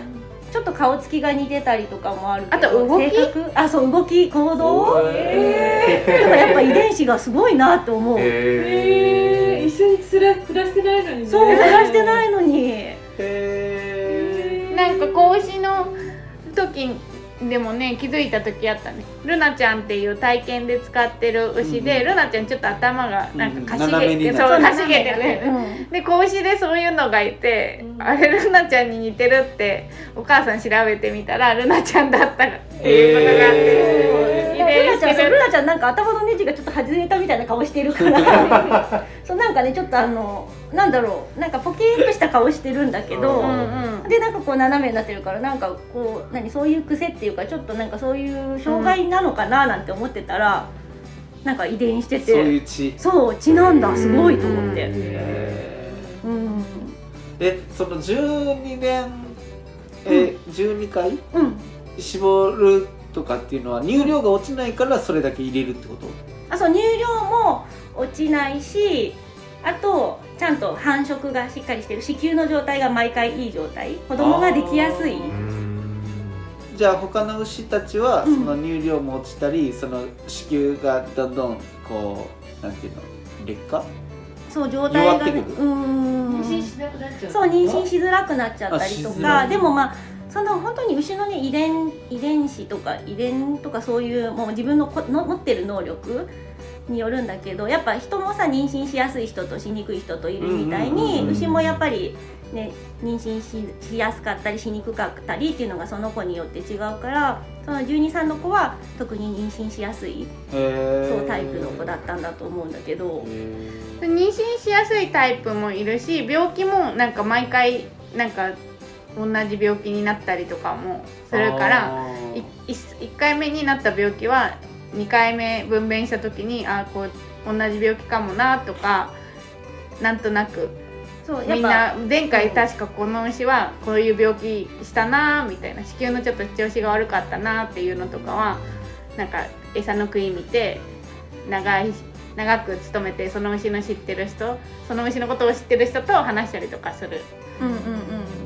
ちょっと顔つきが似てたりとかもあるけど、 あと動き、 性格、あ、そう動き行動、えー、だからやっぱ遺伝子がすごいなって思う。 えー、一緒につら暮らしてないのにね。 そう暮らしてないのに。 へなんか子牛の時でもね気づいた時あったね。ルナちゃんっていう体験で使ってる牛で、うん、ルナちゃんちょっと頭がなんかかしげて、うん、そうかしげてて、うん、で子牛でそういうのがいて、うん、あれルナちゃんに似てるってお母さん調べてみたらルナちゃんだったっていうことがあって、えー、 ルナちゃんそうルナちゃんなんか頭のネジがちょっと外れたみたいな顔してるからそうなんかねちょっとあのなんだろうなんかポキッとした顔してるんだけど、うんうん、でなんかこう斜めになってるからなんかこう何そういう癖っていうかちょっとなんかそういう障害なのかななんて思ってたら、うん、なんか遺伝してて、 そういう血、 そう血なんだすごいと思って、うん、 えそのじゅうにねんえ、うん、じゅうにかい、 うん、 絞るとかっていうのは乳量が落ちないからそれだけ入れるってこと？ あ、そう乳量も落ちないし、あとちゃんと繁殖がしっかりしてる、子宮の状態が毎回いい状態、子供ができやすい。 じゃあ他の牛たちはその乳量も落ちたり、うん、その子宮がどんどんこうなんていうの劣化、 そう状態が弱ってくる、 うーん妊娠しなくなっちゃう、 そう妊娠しづらくなっちゃったりとか、でもまあその本当に牛のね遺伝遺伝子とか遺伝とかそういうもう自分のこの持ってる能力によるんだけど、やっぱ人もさ妊娠しやすい人としにくい人といるみたいに、牛もやっぱりね妊娠 し, しやすかったりしにくかったりっていうのがその子によって違うから、そのじゅうに、さんの子は特に妊娠しやすいそうタイプの子だったんだと思うんだけど、 妊娠しやすいタイプもいるし、病気もなんか毎回なんか同じ病気になったりとかもするから、いいっかいめになった病気はにかいめ分娩した時にあこう同じ病気かもなとかなんとなくそうみんな前回確かこの牛はこういう病気したなみたいな、子宮のちょっと調子が悪かったなっていうのとかはなんか餌の食い見て長い長く勤めてその牛の知ってる人その牛のことを知ってる人と話したりとかする。 うんうんうん。 な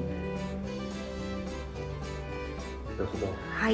るほど。 はい。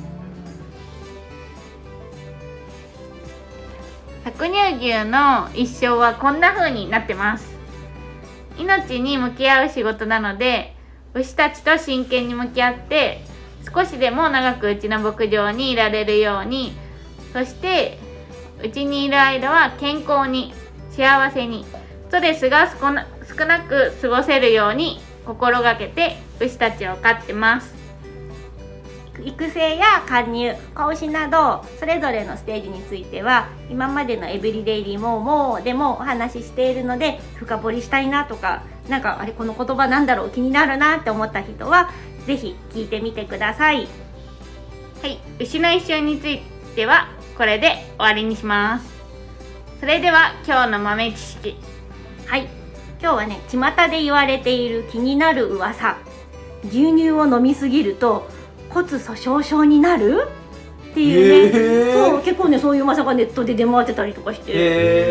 搾乳牛の一生はこんな風になってます。命に向き合う仕事なので牛たちと真剣に向き合って少しでも長くうちの牧場にいられるように、そしてうちにいる間は健康に幸せにストレスが少な、少なく過ごせるように心がけて牛たちを飼ってます。 育成や貫入、子牛などそれぞれのステージについては今までのエブリデイリーモーモーでもお話ししているので、深掘りしたいなとかなんかあれこの言葉なんだろう気になるなって思った人はぜひ聞いてみてください。 はい、牛の一生についてはこれで終わりにします。それでは今日の豆知識。 はい、今日はね巷で言われている気になる噂、牛乳を飲みすぎると骨粗しょう症になるっていうね、そう結構ねそういう噂がネットで出回ってたりとかして、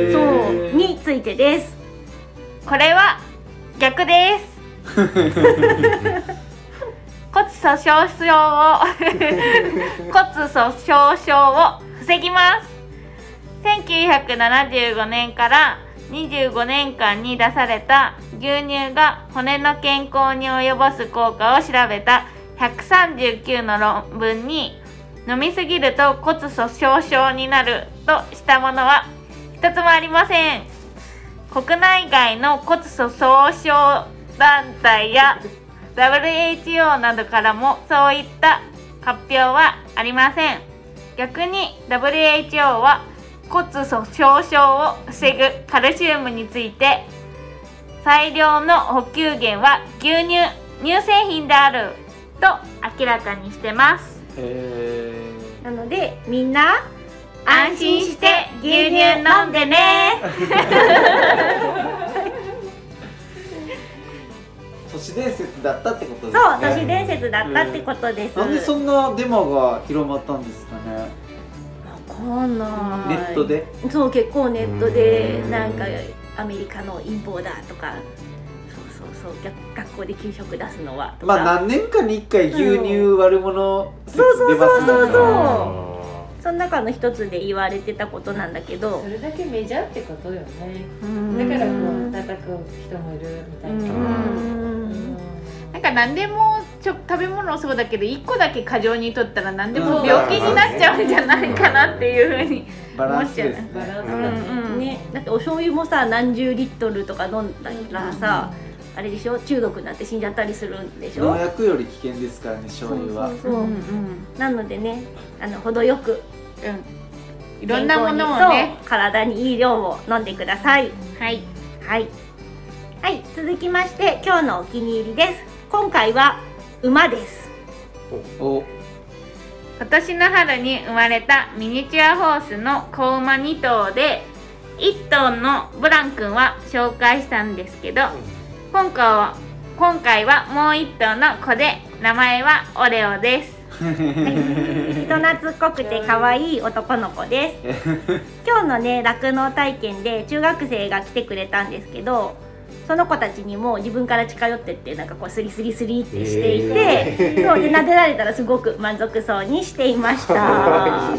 そうについてです。 これは逆です骨粗しょう症を骨粗しょう症を防ぎます。せんきゅうひゃくななじゅうごねんからにじゅうごねんかんに出された牛乳が骨の健康に及ぼす効果を調べたひゃくさんじゅうきゅうの論文に、飲みすぎると骨粗しょう症になるとしたものは一つもありません。国内外の骨粗しょう症団体や ダブリューエイチオー などからもそういった発表はありません。逆に ダブリューエイチオー は骨粗しょう症を防ぐカルシウムについて、最良の補給源は牛乳、乳製品であると明らかにしてます。 へー。 なのでみんな安心して牛乳飲んでね都市伝説だったってことですね。 そう、都市伝説だったってことです。 なんでそんなデマが広まったんですかね。 わかんない。 ネットで。 そう、結構ネットでなんかアメリカの陰謀だとか、そうそうそそう学学校で給食出すのはとか、 まあ何年かにいっかい牛乳悪者説出ますもんね。 そうそうそうそうあその中の一つで言われてたことなんだけどそれだけメジャーってことよね。 うんだからこう叩く人もいるみたいな。 うんうんなんか何でもちょ食べ物そうだけどいっこだけ過剰にとったら何でも病気になっちゃうんじゃないかなっていうふうにバランスですバランスね。 だね。 うんね、だってお醤油もさ何十リットルとか飲んだらさ、あれでしょ中毒になって死んじゃったりするんでしょ。 農薬より危険ですからね、醤油は。 そうそうそう、 うんうんなのでねあの程よくうんいろんなものをねそう体にいい量を飲んでください。 はいはいはい続きまして今日のお気に入りです。今回は馬です。 お、 今年の春に生まれたミニチュアホースの子馬に頭でいっ頭のブラン君は紹介したんですけど今回は今回はもういっ頭の子で名前はオレオです。人懐っこくて可愛い男の子です。今日のね酪農体験で中学生が来てくれたんですけどその子たちにも自分から近寄ってってなんかこうスリスリスリってしていて、 えー、 そうで撫でられたらすごく満足そうにしていました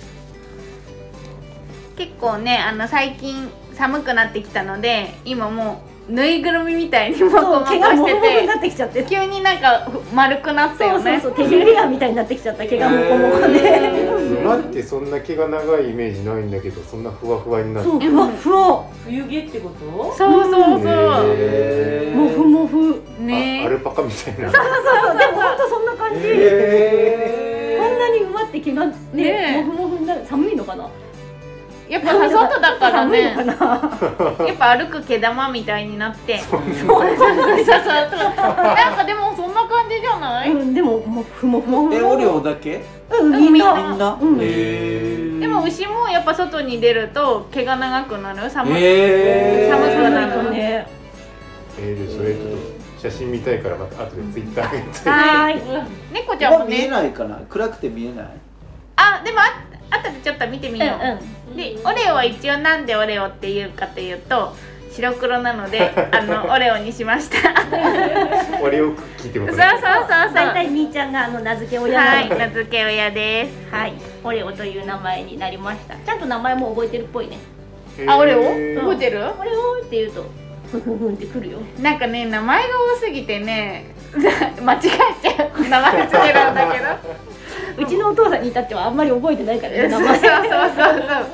結構ねあの最近寒くなってきたので今もうぬいぐるみみたいにもこもこ毛がモしてフモフになてってきちゃって急になんか丸くなったそうよね。 そうそうテディベアみたいになってきちゃった毛がモコモコで、 馬ってそんな毛が長いイメージないんだけどそんなふわふわになる。 そうふわふわ冬毛ってこと？ そうそうそう、 えーモフモフねあアルパカみたいな。 そうそうでもほんとそんな感じ、 えこんなに馬って毛がねねモフモフになる。寒いのかなやっぱ外だから寒いのねかなやっぱ歩く毛玉みたいになってそうそうそうそうなんかでもそんな感じじゃない、 うんでもモフモフえ、オレオだけ？ うんみんなみんな？ うんえーでも牛もやっぱ外に出ると毛が長くなる寒い、 えー寒くなないとるねえー、でそれちょっと写真見たいからまた後でツイッター上げて。 はーい猫ちゃんもまあ見えねないかな、暗くて見えない。 あでもあ後でちょっと見てみよう、 うんでオレオは一応なんでオレオっていうかというと白黒なのであのオレオにしましたオレオクッキーってこそうとね。 そうそうそう大体みーちゃんがあの名付け親なはいので、 名付け親です。 はい、オレオという名前になりました。ちゃんと名前も覚えてるっぽいね。 あオレオえー覚えてるオレオって言うとふふふんってくるよ。 なんかね名前が多すぎてね間違えちゃう名前つけるんだけどうちのお父さんに至ってはあんまり覚えてないからね名そう前。 そうそうそう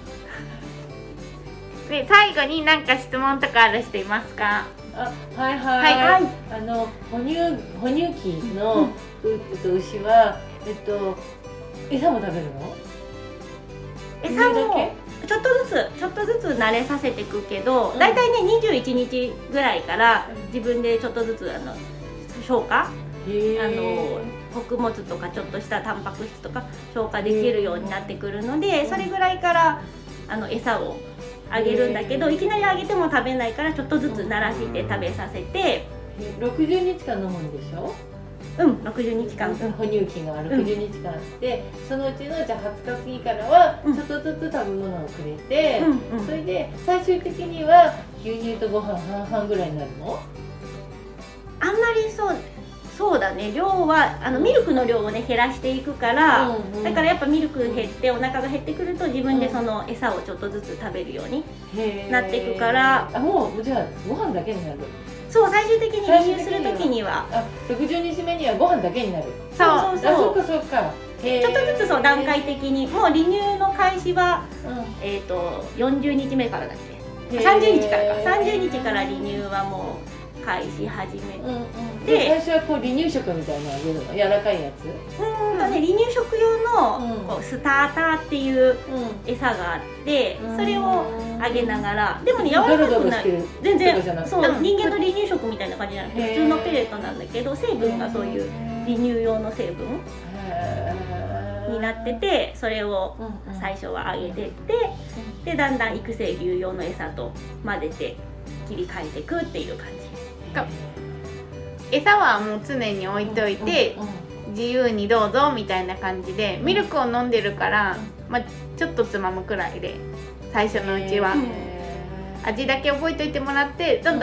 で最後に何か質問とかある人いますか？ あはいはい、 はいあの哺乳哺乳期の、うえっと、牛はえっと餌も食べるの？ 餌も牛だけちょっとずつちょっとずつ慣れさせていくけど、 うんだいたいねにじゅういちにちぐらいから自分でちょっとずつあの消化へーあの穀物とかちょっとしたタンパク質とか消化できるようになってくるので、それぐらいからあの餌をあげるんだけど、いきなりあげても食べないからちょっとずつ慣らして食べさせて、 ろくじゅうにちかん飲むんでしょ？ うんろくじゅうにちかん、 うん哺乳期がろくじゅうにちかんあって、そのうちのじゃあはつか過ぎからはうんちょっとずつ食べ物をくれて、 うんうんそれで最終的には牛乳とご飯半々ぐらいになるの？ あんまりそうそうだね量はあのミルクの量をね減らしていくから、 うんうんだからやっぱミルク減ってお腹が減ってくると自分でその餌をちょっとずつ食べるように、 へーなっていくからあもうじゃあご飯だけになる。 そう最終的に離乳する時にはあろくじゅうにちめにはご飯だけになる。 そうあそうそうそっかそっか。へーちょっとずつそう段階的にもう離乳の開始は、 うんえー、とよんじゅうにちめからだっけへーさんじゅうにちからかさんじゅうにちから離乳はもう開始始めて、 うんうん、 でで最初はこう離乳食みたいなのあげるの柔らかいやつ、 うーんとね離乳食用の、 うんこうスターターっていうう餌があって、 ん、 それをあげながらでもね柔らドロドかくないロしてる全然とかじゃなくてそう人間の離乳食みたいな感じじゃなくてへー普通のペレットなんだけど成分がそういう離乳用の成分になっててそれを最初はあげてってでだんだん育成牛用の餌と混ぜて切り替えていくっていう感じ。 餌はもう常に置いといて、自由にどうぞみたいな感じでミルクを飲んでるから、まあ、ちょっとつまむくらいで最初のうちは、味だけ覚えといてもらってどんどん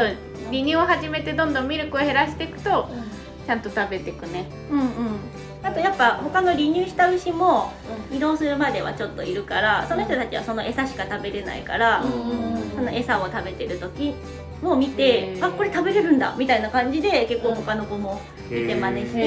離乳を始めてどんどんミルクを減らしていくとちゃんと食べていくね。 うんうん。あとやっぱ他の離乳した牛も移動するまではちょっといるから、その人たちはその餌しか食べれないから、その餌を食べてる時を見て、あ、これ食べれるんだみたいな感じで結構他の子も見て真似して。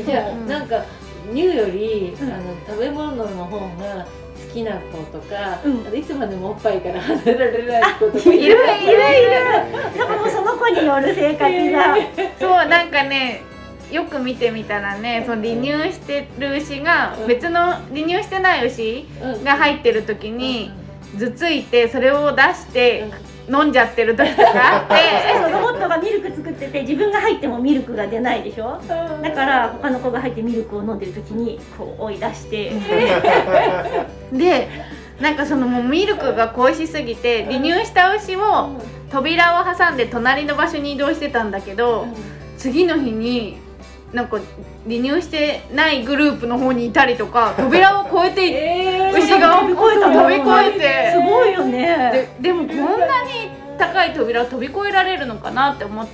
じゃあなんか乳よりあの食べ物の方が好きな子とか、いつまでもおっぱいから離れられない子とかいるいるいる。 なんかもうその子による性格が。 そうなんかね。よく見てみたらね、その離乳してる牛が別の離乳してない牛が入ってる時に頭ついてそれを出して飲んじゃってる時とかあってそうロボットがミルク作ってて自分が入ってもミルクが出ないでしょ。だから他の子が入ってミルクを飲んでる時にこう追い出してでなんかそのもうミルクが恋しすぎて離乳した牛を扉を挟んで隣の場所に移動してたんだけど、次の日になんか離乳してないグループの方にいたりとか、扉を越えて、えー、牛が飛び越えた飛び越えてすごいよね。 で, でもこんなに高い扉を飛び越えられるのかなって思って、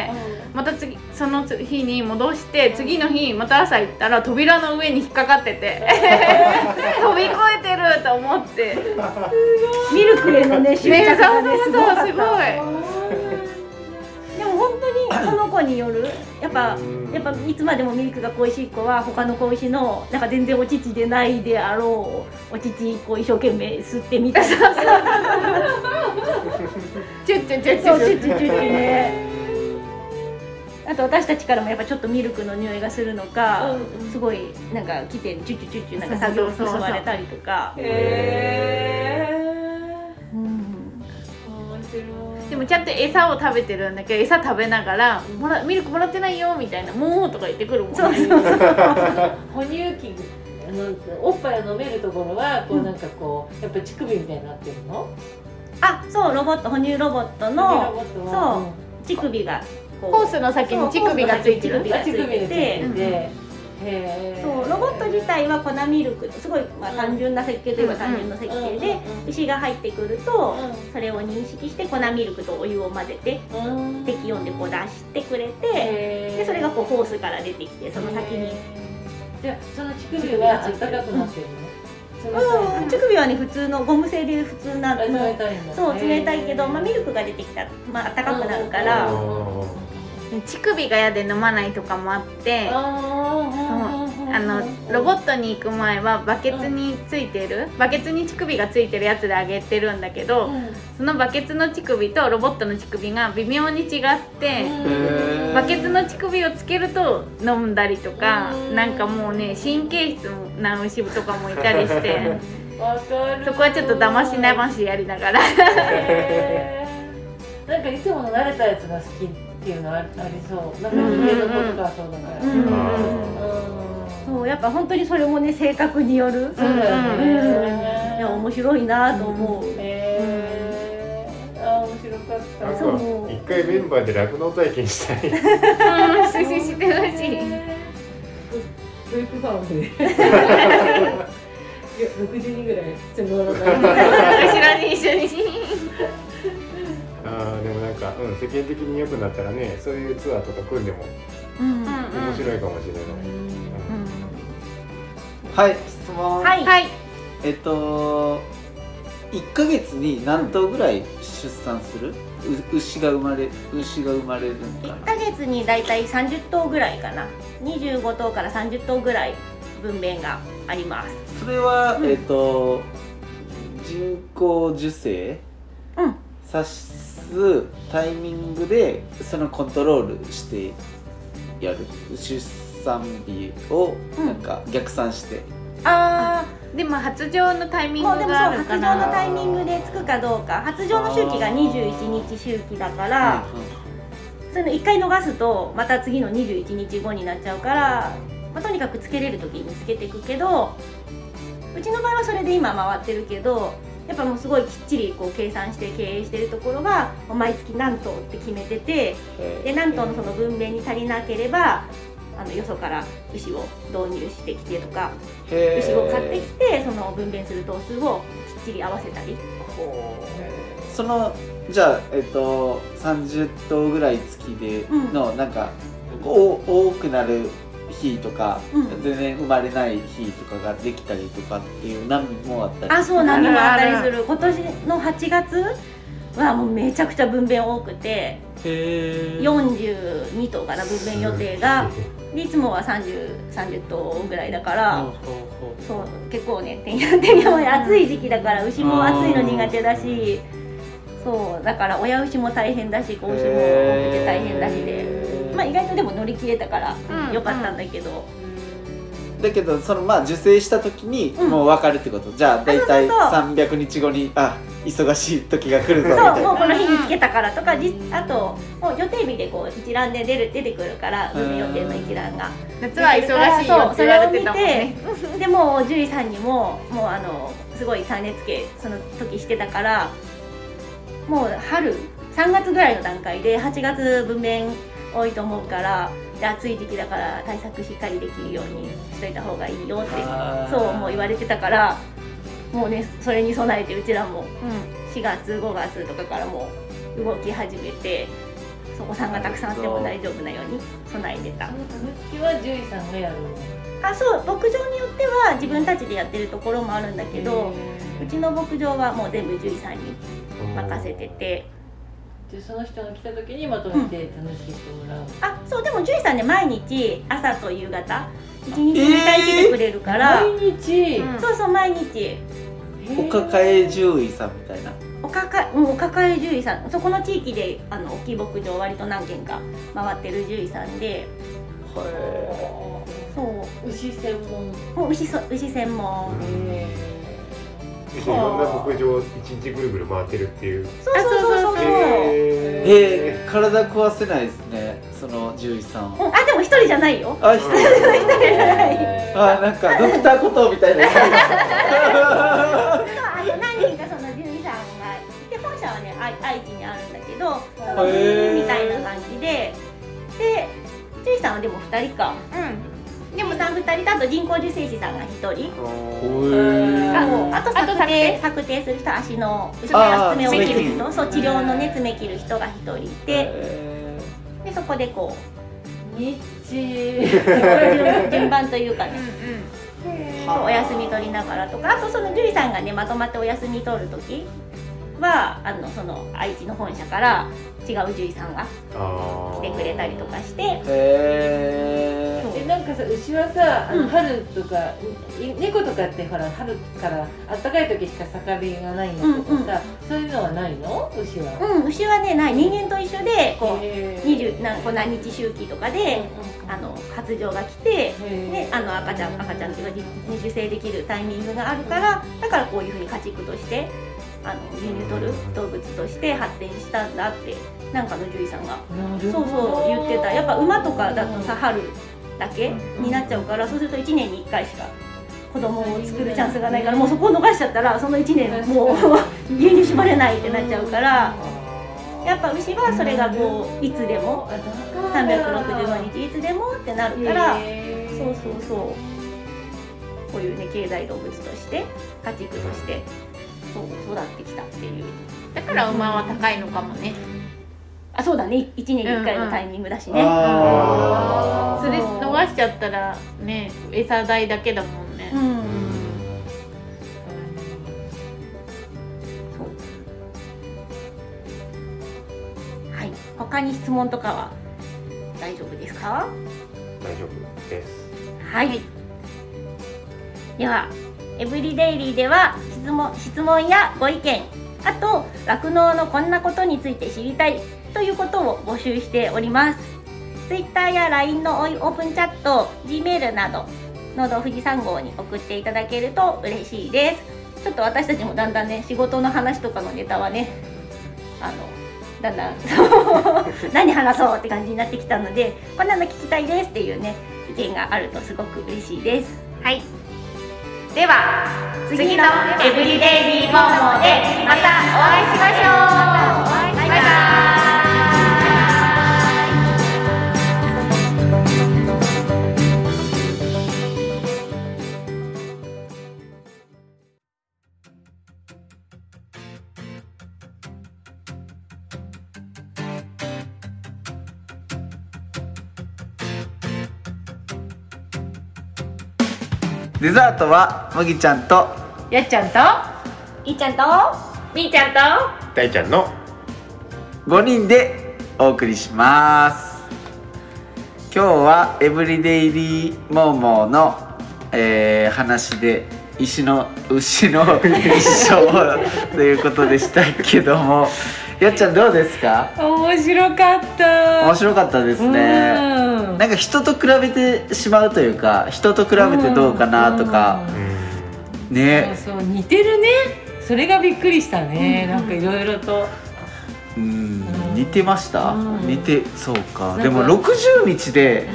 うん、また次その日に戻して次の日また朝行ったら扉の上に引っかかってて飛び越えてると思ってミルクへのね執着がねすごい。 すごい。 でも本当にその子によるやっぱやっぱいつまでもミルクが恋しい子は他の子牛のなんか全然お乳でないであろうお乳こう一生懸命吸ってみたりとかチュッチュッチュッチュッそうチュッチュッチュッチュッね。あと私たちからもやっぱちょっとミルクの匂いがするのか、うん、すごいなんか来てチュッチュッチュッチュなんか作業服吸われたりとか。へー、うん、面白い。でもちゃんと餌を食べてるんだけど餌食べながらもらミルクもらってないよみたいなもうとか言ってくるもんね。そうそうそう哺乳器あのおっぱいを飲めるところはこうなんかこうやっぱ乳首みたいになってるの？ あ、そうロボット哺乳ロボットのそう、うん、乳首がホースの先に乳首がついてる。 乳首がついてて。へそうロボット自体は粉ミルクすごい、まあ、単純な設計といえば単純な設計で牛が入ってくるとそれを認識して粉ミルクとお湯を混ぜて適温でこう出してくれてでそれがこうホースから出てきてその先にじゃあその乳首はあったかくなってるの？ うん、乳首はね普通のゴム製で普通なのそう冷たいけど、まあ、ミルクが出てきたら、まあったかくなるから乳首が嫌で飲まないとかもあってあのロボットに行く前はバケツについてるバケツに乳首がついてるやつであげてるんだけど、うん、そのバケツの乳首とロボットの乳首が微妙に違ってバケツの乳首をつけると飲んだりとかなんかもうね神経質な牛とかもいたりしてそこはちょっとだまし騙しやりながらなんかいつもの慣れたやつが好きっていうのはありそうなんか人間の子とかそうだから、うんうんうんそうやっぱ本当にそれもね性格による。そうだよね。いや面白いなと思う。 ええ、あ面白かった。 そう一回メンバーで酪農体験したい。 うん、しししてほしい。 教育ファームで。ろくじゅうにんぐらい募らない。 後ろに一緒に。 ああでもなんか、うん、世間的に良くなったらねそういうツアーとか組んでも面白いかもしれない。 はい、質問。 はい。はい、 えっといっかげつに何頭ぐらい出産する？う牛が生まれ牛が生まれるのかな。 いっかげつにだいたいさんじゅっとうぐらいかな。にじゅうごとうからさんじゅっとうぐらい分娩があります。 それは、うん、えっと人工授精？ うん。 さすタイミングでそのコントロールしてやる出産日をなんか逆算して、 うん、あーでも発情のタイミングがあるかな。 もうでもそう発情のタイミングでつくかどうか発情の周期がにじゅういちにち周期だから、うんうん、そのいっかい逃すとまた次のにじゅういちにちごになっちゃうから、まあ、とにかくつけれる時につけていくけどうちの場合はそれで今回ってるけどやっぱもうすごいきっちりこう計算して経営してるところが毎月何頭って決めててで何頭のその分娩に足りなければあのよそから牛を導入してきてとか牛を買ってきてそのの分娩する頭数をきっちり合わせたり。 そのじゃあ、えっと、さんじゅっ頭ぐらい月での、うん、なんかお多くなる日とか、うん、全然生まれない日とかができたりとかっていう波もあったり。 あ、そう、波もあったりする。今年のはちがつはもうめちゃくちゃ分娩多くて、へよんじゅうに頭かな、分娩予定が。でいつもはさんじゅう、さんじゅっ頭ぐらいだから、そう結構ね、てんやてんやも暑い時期だから牛も暑いの苦手だし、そうだから親牛も大変だし子牛も多くて大変だしで、まあ意外とでも乗り切れたからよかったんだけど、 うんうん、だけどそのまあ受精した時にもう分かるってこと、うん、じゃあだいたいさんびゃくにちごにあ忙しい時が来るぞみたいな。 そう、もうこの日につけたからとか、あともう予定日でこう一覧で出る出てくるから分娩予定の一覧が夏は忙しいよって言われてたもんね。 でも獣医さんにももうあのすごい種付けその時してたから、もう春さんがつぐらいの段階ではちがつ分娩多いと思うから、で暑い時期だから対策しっかりできるようにしといた方がいいよってそうもう言われてたから、もうねそれに備えてうちらもしがつごがつとかからもう動き始めて、お子さんがたくさんあっても大丈夫なように備えてた。 種付けは獣医さんがやるの？ あ、そう、牧場によっては自分たちでやってるところもあるんだけど、うちの牧場はもう全部獣医さんに任せてて、 でその人が来た時にまとめて楽しくしてもらう、うん、 あ、そう、でも獣医さんね毎日朝と夕方いちにちにかい来てくれるから、 えー、毎日、 うん、そうそう毎日お抱え獣医さんみたいな。 お抱え、うん、お抱え獣医さん、そこの地域であの大きい牧場割と何軒か回ってる獣医さんで、そう牛専門、 もう牛そ牛専門、 いろんな牧場を一日ぐるぐる回ってるっていう。 そうそうそうそう。 えー、えー、体壊せないですね、その獣医さん。 うん、あ、でも一人じゃないよ。 あ、一人じゃない。一人じゃない。あ、なんかドクターコトーみたいな。 あの何人かその獣医さんがいて、本社はね愛知にあるんだけど、そのみたいな感じで、で獣医さんはでもふたりか。うん。でもさん、ふたりとあと人工授精師さんがひとり、あと策定策定する人、足の爪を切る人、そう治療のね爪切る人がひとりいて、でそこでこう日順番というかね、お休み取りながらとか、あとその獣医さんがねまとまってお休み取るときはあのその愛知の本社から違う獣医さんが来てくれたりとかして。 へー。でなんかさ、牛はさ、あの春とか、うん、猫とかってほら春から暖かい時しか盛りがないんだけどさ、うんうん、そういうのはないの？牛は。 うん、牛はねない。人間と一緒でこうにじゅう何こう何日周期とかで、うんうん、あの発情が来て、ね、あの赤ちゃん赤ちゃんっていうか受精できるタイミングがあるから、だからこういうふうに家畜としてあの輸入取る動物として発展したんだってなんかの獣医さんがそうそう言ってた。やっぱ馬とかだとさ春だけになっちゃうから、そうするといちねんにいっかいしか子供を作るチャンスがないから、もうそこを逃しちゃったらそのいちねんもう牛乳絞れないってなっちゃうから、やっぱ牛はそれがこういつでもさんびゃくろくじゅうごにちいつでもってなるから、そうそうそうこういうね経済動物として家畜としてそう育ってきたっていう。 だから馬は高いのかもね。 あ、そうだね、いちねんにいっかいのタイミングだしね。 あ、それ逃しちゃったらね餌代だけだもんね。うん、うん、 そうはい。他に質問とかは大丈夫ですか？ 大丈夫です。 はい、はい、ではエブリデイリーでは質問、質問やご意見、あと酪農のこんなことについて知りたいということを募集しております。 Twitter や ライン のオープンチャット、 Gmail など農道富士山号に送っていただけると嬉しいです。ちょっと私たちもだんだんね仕事の話とかのネタはねあのだんだん何話そうって感じになってきたので、こんなの聞きたいですっていうね意見があるとすごく嬉しいです。 はい、では次のエブリデイリーモーモーでまたお会いしましょう。バイバイ。 デザートは麦ちゃんとやっちゃんといーちゃんとみーちゃんと大ちゃんのごにんでお送りします。今日はエブリデイリーモーモーの、えー、話で石の牛の一生ということでしたけども、やっちゃんどうですか？ 面白かった面白かったですね。なんか人と比べてしまうというか、人と比べてどうかなとか、ね、 そうそう似てるね。それがびっくりしたね、うん、なんかいろいろと、 うん、似てました、うん、似てそうか。でもろくじゅうにちで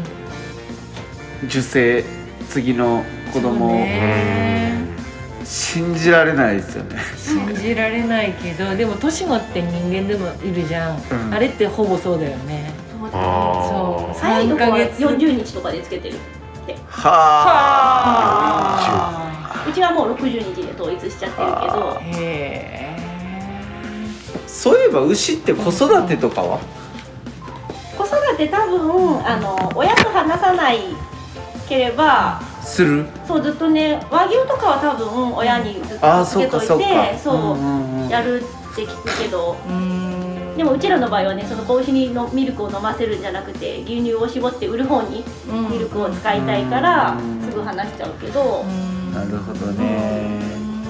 受精、次の子供を、信じられないですよね。 信じられないけど、でも年子って人間でもいるじゃん、うん、あれってほぼそうだよね。 そう、早いとこはよんじゅうにちとかでつけてるって。 はあ。うちはもうろくじゅうにちで統一しちゃってるけど。 へー。そういえば牛って子育てとかは？ 子育て多分あの親と話さないければする。 そうずっとね、和牛とかは多分親にずっとつけといて、そうそう、うんうん、やるって聞くけど。うん、でもうちらの場合はね、その子牛にのミルクを飲ませるんじゃなくて牛乳を絞って売る方にミルクを使いたいからすぐ話しちゃうけど。 なるほどね。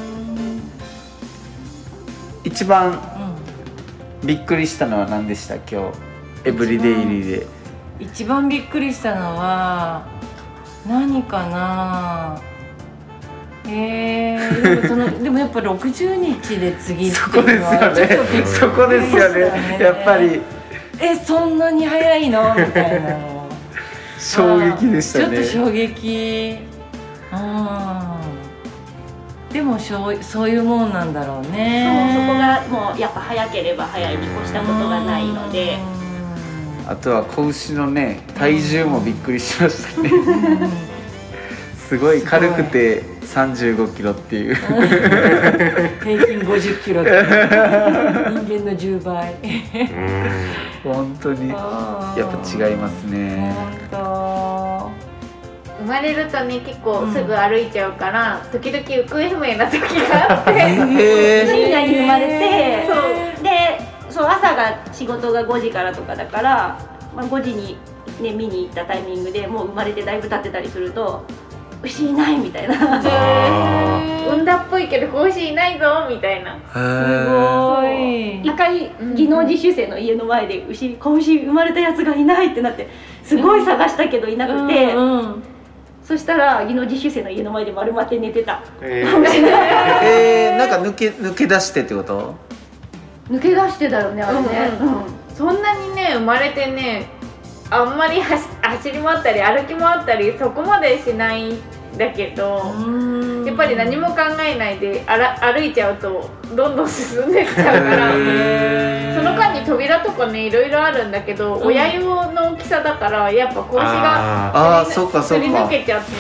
一番びっくりしたのは何でした？今日エブリデイリーで一番びっくりしたのは何かな。えー、でもそのでもやっぱろくじゅうにちで次っていうのはちょっとびっくりしたね。 そこですよね。やっぱりえ、そんなに早いのみたいなの衝撃でしたね。 ちょっと衝撃。あ、でもそうそういうもんなんだろうね。 そう、そこがもうやっぱ早ければ早いに越したことがないので。 あとは子牛のね、体重もびっくりしましたね。すごい軽くてさんじゅうごキロっていう平均ごじゅっキロで人間のじゅうばい。 本当にやっぱ違いますね。 本当生まれるとね、結構すぐ歩いちゃうから、うん、時々行方不明な時があって、 深夜に生まれて、そうで、そう朝が仕事がごじからとかだから、まあ、ごじに、ね、見に行ったタイミングでもう生まれてだいぶ経ってたりすると牛いないみたいな、 産んだっぽいけど子牛いないぞみたいな。 すごい。 一回技能実習生の家の前で牛子牛生まれたやつがいないってなってすごい探したけどいなくて、うんうん、そしたら技能実習生の家の前で丸まって寝てた。 えー、えー、なんか抜け抜け出してってこと？ 抜け出してだよね、あれね、 うんうん、そんなにね生まれてね、あんまり 走, 走り回ったり歩き回ったりそこまでしないんだけど、やっぱり何も考えないであら歩いちゃうとどんどん進んでっちゃうからその間に扉とかねいろいろあるんだけど、うん、親用の大きさだからやっぱ子牛がすり抜けちゃって、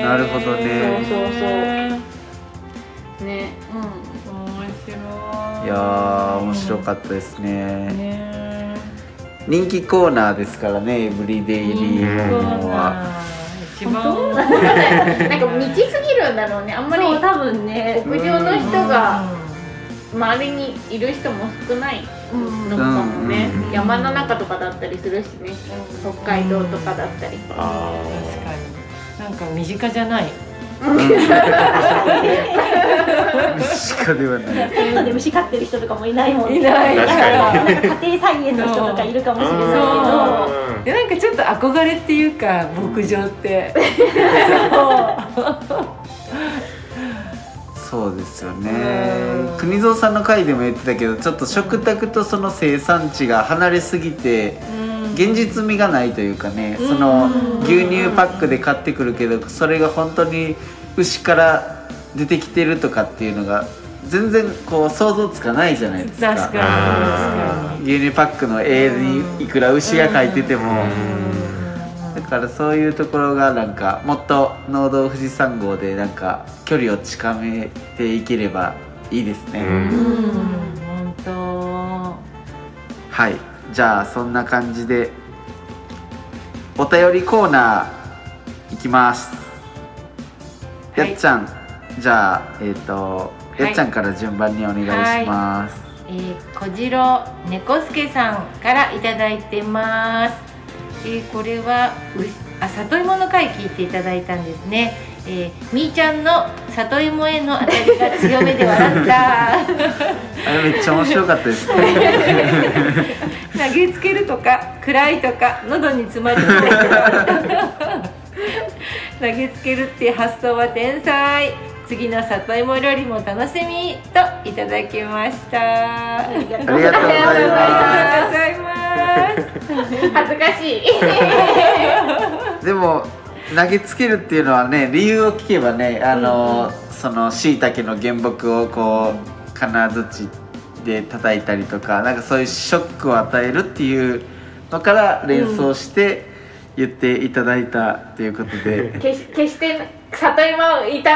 なるほどね。 そうそうそうね、 うん、面白い。 いやー面白かったですね。ね、人気コーナーですからね、エブリデイリーモーモーは。 一番なんか道すぎるんだろうね。あんまり多分ね、 牧場の人が周りにいる人も少ないのかもね。山の中とかだったりするしね、北海道とかだったり。 あー、確かに。なんか身近じゃない。 身近ではない。 ペットで牛飼ってる人とかもいないもんね。 いない。 だから家庭菜園の人とかいるかもしれないけど、 でなんかちょっと憧れっていうか牧場って。 そうですよね。国蔵さんの回でも言ってたけど、ちょっと食卓とその生産地が離れすぎて現実味がないというかね、その牛乳パックで買ってくるけどそれが本当に牛から出てきてるとかっていうのが全然こう想像つかないじゃないですか。 確かに。 牛乳パックの絵にいくら牛が描いてても、だからそういうところがなんかもっと農道富士山号でなんか距離を近めていければいいですね。うん、 本当。 はい、じゃあそんな感じでお便りコーナーいきます。 やっちゃん、じゃあえっ、ー、と、はい、やっちゃんから順番にお願いします。 はい、えー、小次郎猫助さんからいただいてます。えー、これはあ里芋の回聞いていただいたんですね。えー、みーちゃんの里芋への当たりが強めで笑ったあれめっちゃ面白かったですね投げつけるとか暗いとか喉に詰まるとか投げつけるって発想は天才。次の里芋料理も楽しみといただきました。ありがとうございます恥ずかしいでも投げつけるっていうのはね、理由を聞けばね、あの、うん、その椎茸の原木をこう金槌で叩いたりとか、なんかそういうショックを与えるっていうのから連想して言っていただいたということで、 うん、決, 決して里芋を炒め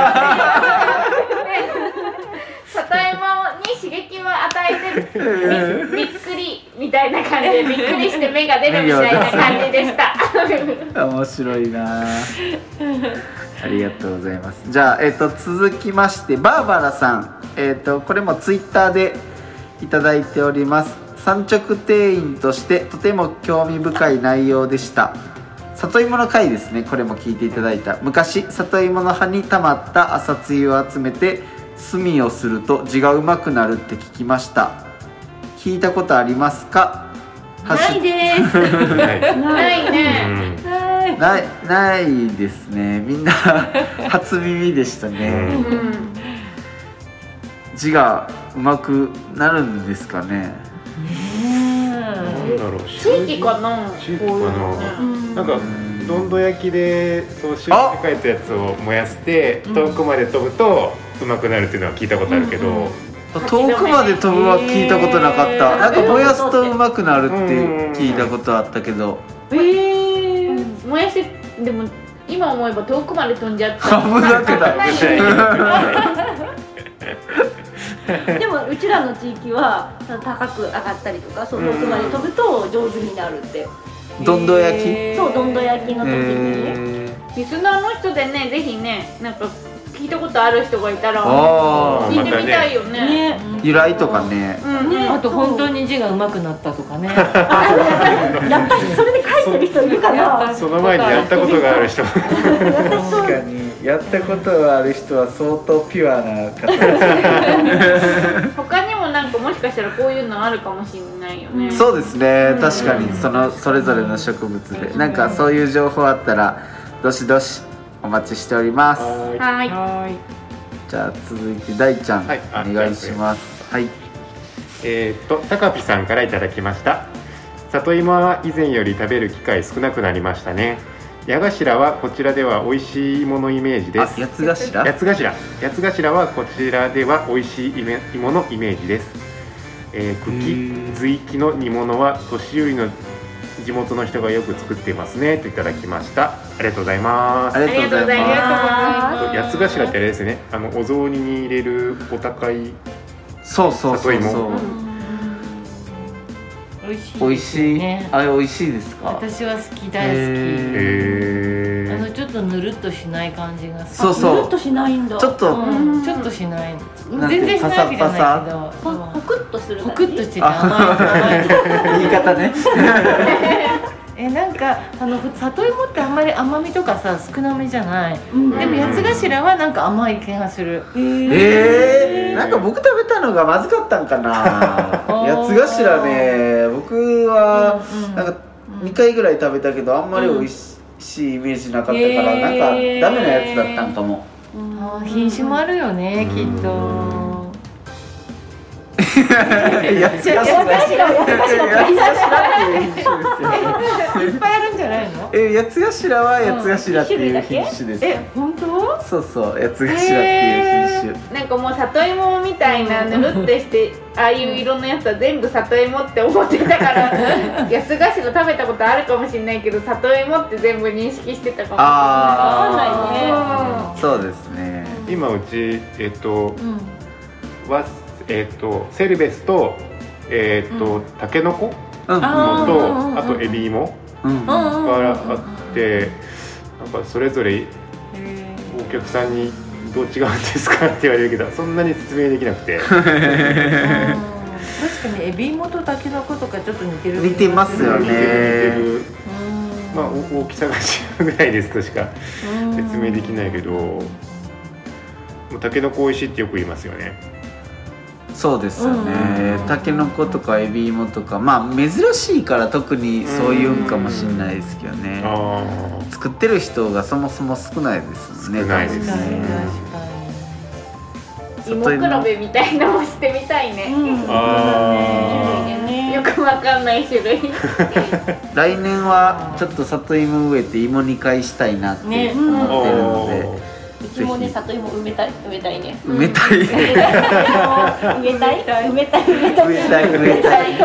里芋に刺激を与えて び, びっくりみたいな感じで、びっくりして目が出るみたいな感じでした面白いなありがとうございます。じゃあ、えー、と続きましてバーバラさん、えー、とこれもツイッターでいただいております。産直店員としてとても興味深い内容でした。里芋の回ですね。これも聞いていただいた。昔里芋の葉に溜まった朝露を集めて炭をすると字がうまくなるって聞きました。聞いたことありますか？ ないですないね、 うん、ないないですね。みんな初耳でしたね、うん、字がうまくなるんですかね。 なんだろう、 地域かな、 地域かな、うん、なんかどんど焼きでそうシュッて書いたやつを燃やして遠くまで飛ぶとうまくなるっていうのは聞いたことあるけど、うんうん、 遠くまで飛ぶは聞いたことなかった。なんか燃やすとうまくなるって聞いたことあったけど、 えー、燃やしてでも今思えば遠くまで飛んじゃった危なくないでもうちらの地域は高く上がったりとか、そう遠くまで飛ぶと上手になるって。 どんど焼き、 そうどんど焼きの時にリスナーの人でね、ぜひね、なんか聞いたことある人がいたら聞いてみたいよね。 ね、由来とかね、 うんね、あと本当に字が上手くなったとかねやった人、それで書いてる人いるかな。 その前にやったことがある人確かにやったことがある人は相当ピュアな方です他にもなんかもしかしたらこういうのあるかもしれないよね。 そうですね、確かにそのそれぞれの植物でなんかそういう情報あったらどしどしお待ちしております。 はいはい。 じゃあ続いて大ちゃん、はい、お願いします。はい。 えー、っとたかぴさんからいただきました。里芋は以前より食べる機会少なくなりましたね。矢頭はこちらでは美味しい芋のイメージです。 あ、八つ頭？ 八つ頭。八つ頭はこちらでは美味しい芋のイメージです。えー、茎、髄木の煮物は年寄りの地元の人がよく作っていますねといただきました。ありがとうございます。 ありがとうございます。 八つ頭ってあれですね。あのお雑煮に入れるお高いそうそうそうそう。 美味しい、ね。 美味しい。あれ美味しいですか？ 私は好き大好き。 へー。 あのちょっとぬるっとしない感じが好き。 そうそう。 ぬるっとしないんだ。 ちょっと、 うん、ちょっとしない。全然しないわけじゃないけど、 ホクッとする。 ホクッとしてて甘い甘い。 言い方ね。 えなんかあの里芋ってあんまり甘みとかさ少なめじゃない。うん、でも八つ頭はなんか甘い気がする。 えー、えー、なんか僕食べたのがまずかったんかな。八つ頭ね、僕はなんかにかいぐらい食べたけどあんまり美味しいイメージなかったから、うん、なんかダメなやつだったんかも。 あ品種もあるよね、きっと。 八つ頭八つ頭っていっぱいあるんじゃないの？ え八つ頭は八つ頭っていう品種です。 え本当？ そうそう八つ頭っていう品種。 なんかもう里芋みたいなぬるってしてああいう色のやつは全部里芋って思ってたから八つ頭食べたことあるかもしれないけど里芋って全部認識してたかもしれない。 ああ、そうですね。 今うちえっとはえー、とセルベスと,、えーとうん、タケノコのと、あとエビ芋があって、なんかそれぞれ大客さんにどう違うんですかって言われるけど、そんなに説明できなくて確かにエビ芋とタケノコとかちょっと似てる。 似てますよね。 似てる似てる。まあ大きさが違うぐらいですとしか説明できないけど、タケノコ美味しいってよく言いますよね。 そうですよね。タケノコとかエビ芋とか、まあ珍しいから特にそういうんかもしれないですけどね。 あ作ってる人がそもそも少ないですもんね。 少ないですね。 芋比べみたいなのをしてみたいね。 ああ、よくわかんない種類。 来年はちょっと里芋植えて芋にかいしたいなって思ってるので。 うちもね、里芋埋めたい、埋めたいね。 埋めたい。 埋めたい、埋めたい、埋めたい、 埋めたい、埋めたい。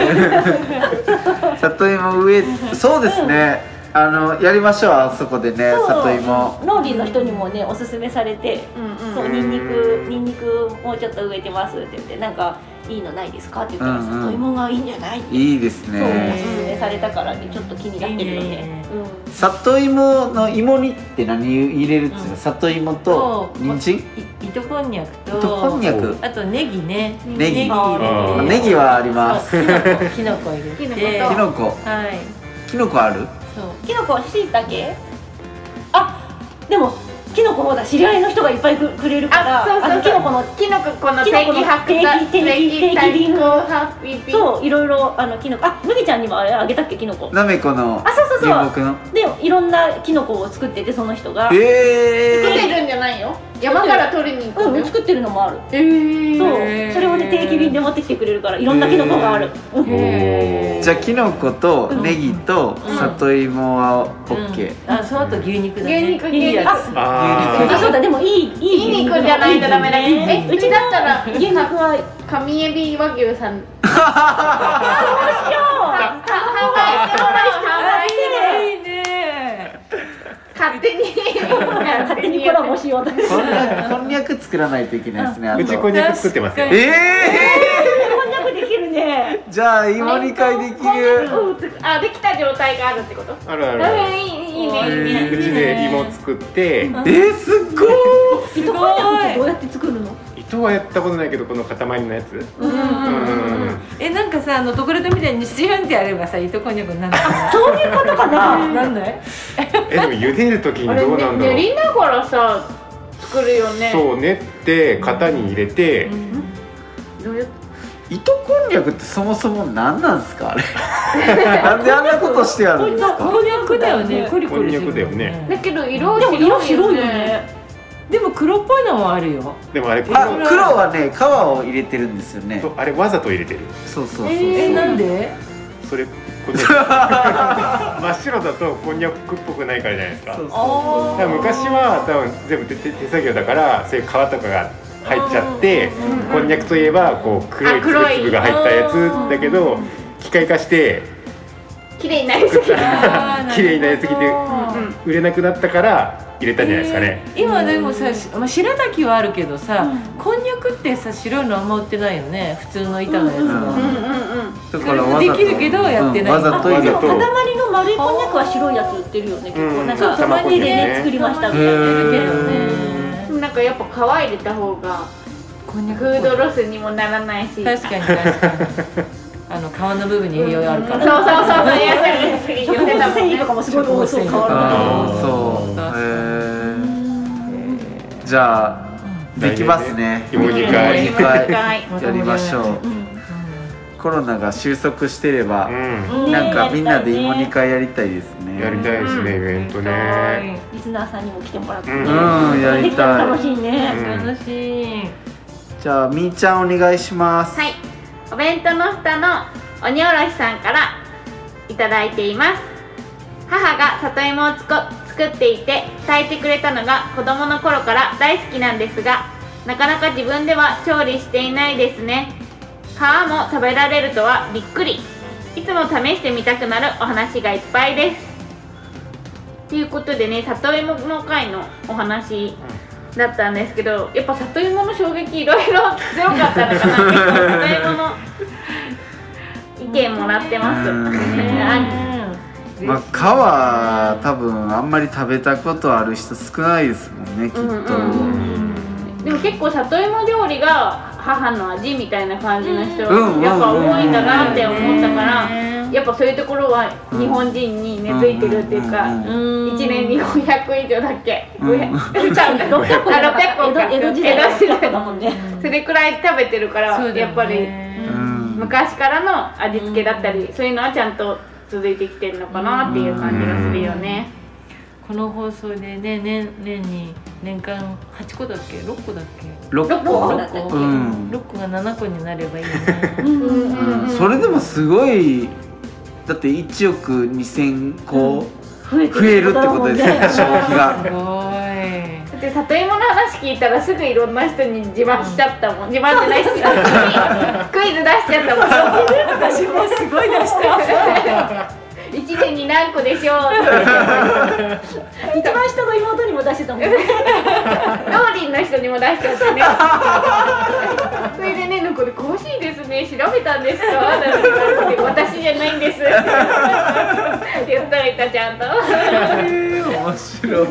里芋植え、そうですね。あのやりましょう、あそこでね、里芋。 農林の人にもね、おすすめされて、そう、ニンニク、ニンニクもうちょっと植えてますって言って、なんかいいのないですかって言ったら、里芋がいいんじゃない？ いいですね。 そう、おすすめされたからね、ちょっと気になってるので。 里芋の芋煮って何入れるんですか？里芋と人参？ 糸こんにゃくと、 糸こんにゃく、 あとネギね。 ネギ。 ネギ入れて。 ネギはあります。 キノコ入れて。 キノコ。 はい。 キノコある？ そう。 キノコは椎茸？あ、でもキノコほら知り合いの人がいっぱいくくれるから、あのキノコのキノコこの定期白定期定期定期リンゴハッピー。 そう、いろいろあのキノコ、あ、麦ちゃんにもあれあげたっけキノコ。 なめこの。 あ、そうそうそう。 原木の。 で、いろんなキノコを作っててその人が。 ええ。 作ってるんじゃないよ。山から取りに行く。 うん、作ってるのもある。 ええ。 そう、それをね定期便で持ってきてくれるからいろんなキノコがある。 じゃあキノコとネギと里芋はオッケー。 あ、その後牛肉だね。 牛肉、牛肉。 あ、 あ、そうだ、でもいいいいい肉じゃないとダメだね。え、うちだったら牛肉は上エビ和牛さん。 販売していいね。 勝手に勝手にコラボしようと。 こんにゃく、こんにゃく作らないといけないですね。あとうちこんにゃく作ってますよ。 ええ。 こんにゃくできるね。 じゃあ芋にかいできる。 あ、できた状態があるってこと？ あるある。 いいね。 うちで芋作って、 えー、すっごい。 糸こんにゃくってどうやって作るの？ 糸はやったことないけどこの塊のやつ。うん。 え、なんかさ、あのトコレトみたいにシュンってやればさ、糸こんにゃくになる。 そういうことかな。 なんない？ え、でも茹でるときにどうなんだろう。 練りながらさ作るよね。 そう、練って型に入れて。 どうやって？ 糸こんにゃくってそもそも何なんですかあれ？なんであんなことしてやるんですか？ こんにゃくだよね。コリコリこんにゃくだよね。 だけど色でも色白いよね。 でも黒っぽいのもあるよ。 でもあれあ、黒はね、皮を入れてるんですよね。 あれわざと入れてる。 そうそうそう。 え、なんで？ それ真っ白だとこんにゃくっぽくないからじゃないですか。 そうそう。 昔は多分全部手手作業だからそういう皮とかが入っちゃってこんにゃくといえばこう黒いつぶつぶが入ったやつだけど機械化して綺麗になりすぎて綺麗になりすぎて売れなくなったから入れたんじゃないですかね。 今でもさ、まあ、白滝はあるけどさ、こんにゃくってさ白いのあんま売ってないよね。普通の板のやつが。 だからわざとできるけどやってない。 わざと入れでもと。 塊の丸いこんにゃくは白いやつ売ってるよね。結構なんか玉ねぎでね作りましたみたいな。 なんかやっぱ皮入れた方がこんにゃくフードロスにもならないし。 確かに確かに。あの皮の部分に栄養あるから。 そうそうそうそう。 食物繊維とかもすごい多そう変わる。 そう。じゃあできますね。 芋煮会やりましょう。コロナが収束してれば、なんかみんなで芋煮会やりたいですね。 やりたいですね、イベントね。 リスナーさんにも来てもらって。 うん、やりたい。 楽しいね。 楽しい。 じゃあみーちゃんお願いします。 はい。お弁当の蓋の鬼おろしさんからいただいています。母が里芋をつこ作っていて炊いてくれたのが子供の頃から大好きなんですが、なかなか自分では調理していないですね。皮も食べられるとはびっくり。いつも試してみたくなるお話がいっぱいです。ということでね、里芋の回のお話だったんですけど、やっぱ里芋の衝撃いろいろ強かったのかな。里芋の意見もらってます。 まあ、皮は多分あんまり食べたことある人少ないですもんねきっと、うんうん、 でも結構里芋料理が母の味みたいな感じの人、うん、やっぱ多いんだなって思ったから、うん、やっぱそういうところは日本人に根付いてるっていうか、うん、いちねんにごひゃく以上だっけ、うん、ろっぴゃくろっぴゃくか江戸時代だもんね、それくらい食べてるから、やっぱり、うん、昔からの味付けだったり、うん、そういうのはちゃんと続いてきてるのかなっていう感じがするよね。 この放送でね、年年に年間はちこだっけ、ろっこだっけ、 ろっこだったっけ、うん、ろっこがななこになればいいよね。 うん、それでもすごい、だっていちおくにせんこ増えるってことですよね、消費が。すごい。 で里芋の話聞いたらすぐいろんな人に自慢しちゃったもん。自慢じゃないしクイズ出しちゃったもん。 私もすごい出したいちねんに何個でしょうって一番下の妹にも出してたもんね。 ローリンの人にも出しちゃってね。それでね、なんかで詳しいですね、調べたんですかなんて言われて、私じゃないんですって言ったらいた、ちゃんと。 えー、面白い。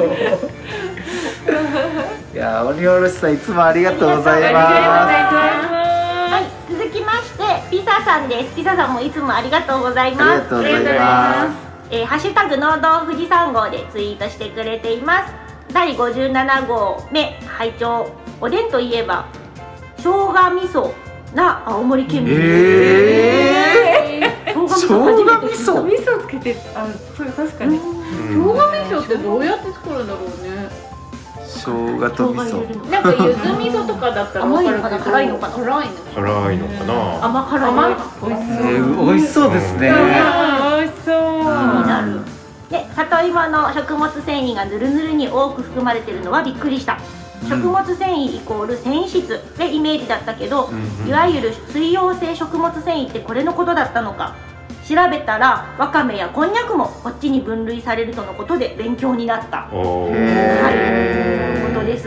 いや、鬼おろしさんいつもありがとうございます。 はい、続きましてピザさんです。ピザさんもいつもありがとうございます。 ありがとうございます。 えー、ハッシュタグ農道富士山号でツイートしてくれています。だいごじゅうななごうめ拝聴。おでんといえば生姜味噌な青森県民。 えー、生姜味噌味噌つけて、あ、それ確かに。 生姜味噌ってどうやって作るんだろうね。 生姜と味噌。 なんか柚子味噌とかだったら甘いのかな、辛いのかな。 辛いのかな。 甘辛い。 美味しそうですね。 美味しそう。 になる。で、里芋の食物繊維がぬるぬるに多く含まれているのはびっくりした。食物繊維イコール繊維質でイメージだったけど、いわゆる水溶性食物繊維ってこれのことだったのか。調べたらわかめやこんにゃくもこっちに分類されるとのことで勉強になった。 おー、 はい、ということです。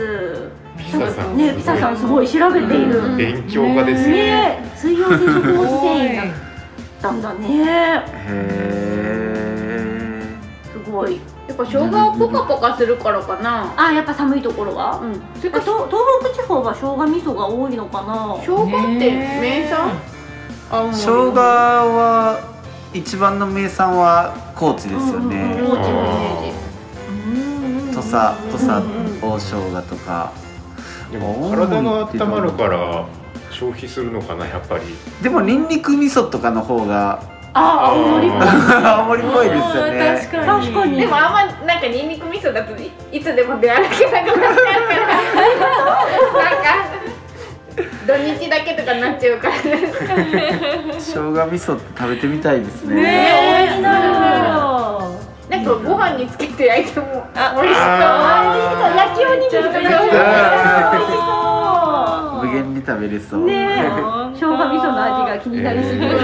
ピサさん、 ね、ピサさんすごい調べている。 勉強家ですね。 水溶性食物繊維だったんだね。 へー、すごい。 やっぱ生姜はポカポカするからかな。 あ、やっぱ寒いところは。うん。それから東北地方は生姜味噌が多いのかな。 生姜って名産？ 生姜は一番の名産は高知ですよね。 高知のイメージ。 土佐、土佐大生姜とか。 でも体が温まるから消費するのかな、やっぱり。 でもニンニク味噌とかの方が。 あ、青森っぽい。 青森っぽいですよね。 確かに。確かに。 でもあんまなんかニンニク味噌だといつでも出歩けなくなっちゃうから。なんか土日だけとかになっちゃうから。 生姜味噌って食べてみたいですね。 ねえ、なるほど。 なんかご飯につけて焼いても美味しそう。 焼きおにぎりとか美味しそう。 無限に食べれそう。 ねえ、生姜味噌の味が気になりすぎる。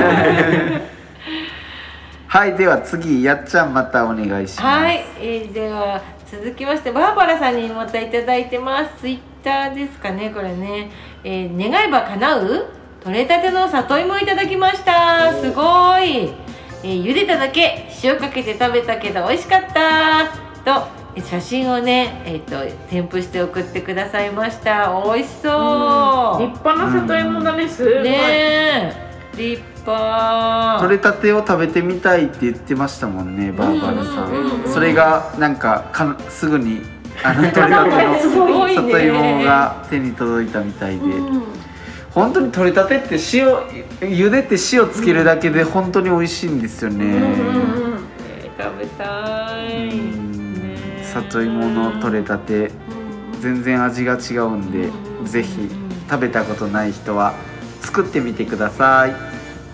はい、では次やっちゃんまたお願いします。 はい、えー、では続きましてバーバラさんにまたいただいてます。ツイッターですかね、これね、えー、願えば叶う取れたての里芋いただきました。すごい、えー、茹でただけ塩かけて食べたけど美味しかったと写真をね、えー、と添付して送ってくださいました。美味しそう。 立派な里芋だね。すごいね、立派。 取れたてを食べてみたいって言ってましたもんね、バーバラさん。それがなんかかすぐにあの取れたての里芋が手に届いたみたいで、本当に取れたてって塩茹でて塩つけるだけで本当に美味しいんですよね。 食べたい。 里芋の取れたて全然味が違うんで、ぜひ食べたことない人は作ってみてください。はい、はい、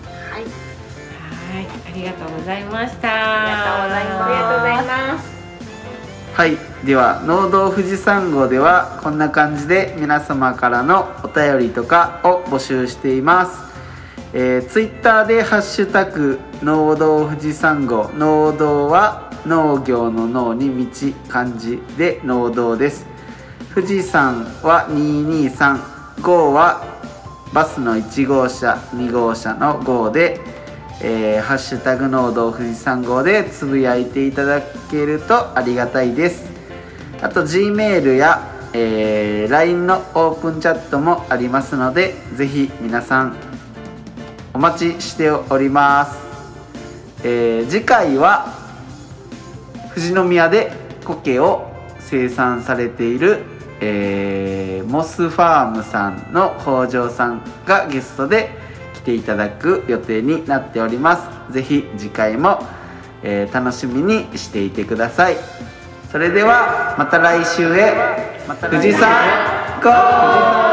ありがとうございました。 ありがとうございます。ありがとうございます。 はい、では農道富士山号ではこんな感じで皆様からのお便りとかを募集しています。えー、ツイッターでハッシュタグ農道富士山号、農道は農業の農に道、漢字で農道です。富士山はにーにーさん、号はバスのいち号車に号車の号で、 えーハッシュタグ農道富士山号でつぶやいていただけるとありがたいです。あと G メールや、えー、ライン のオープンチャットもありますので、ぜひ皆さんお待ちしております。えー、次回は富士宮で苔を生産されている、えー、モスファームさんの北条さんがゲストで来ていただく予定になっております。ぜひ次回も、えー、楽しみにしていてください。それではまた来週へ富士山ゴー！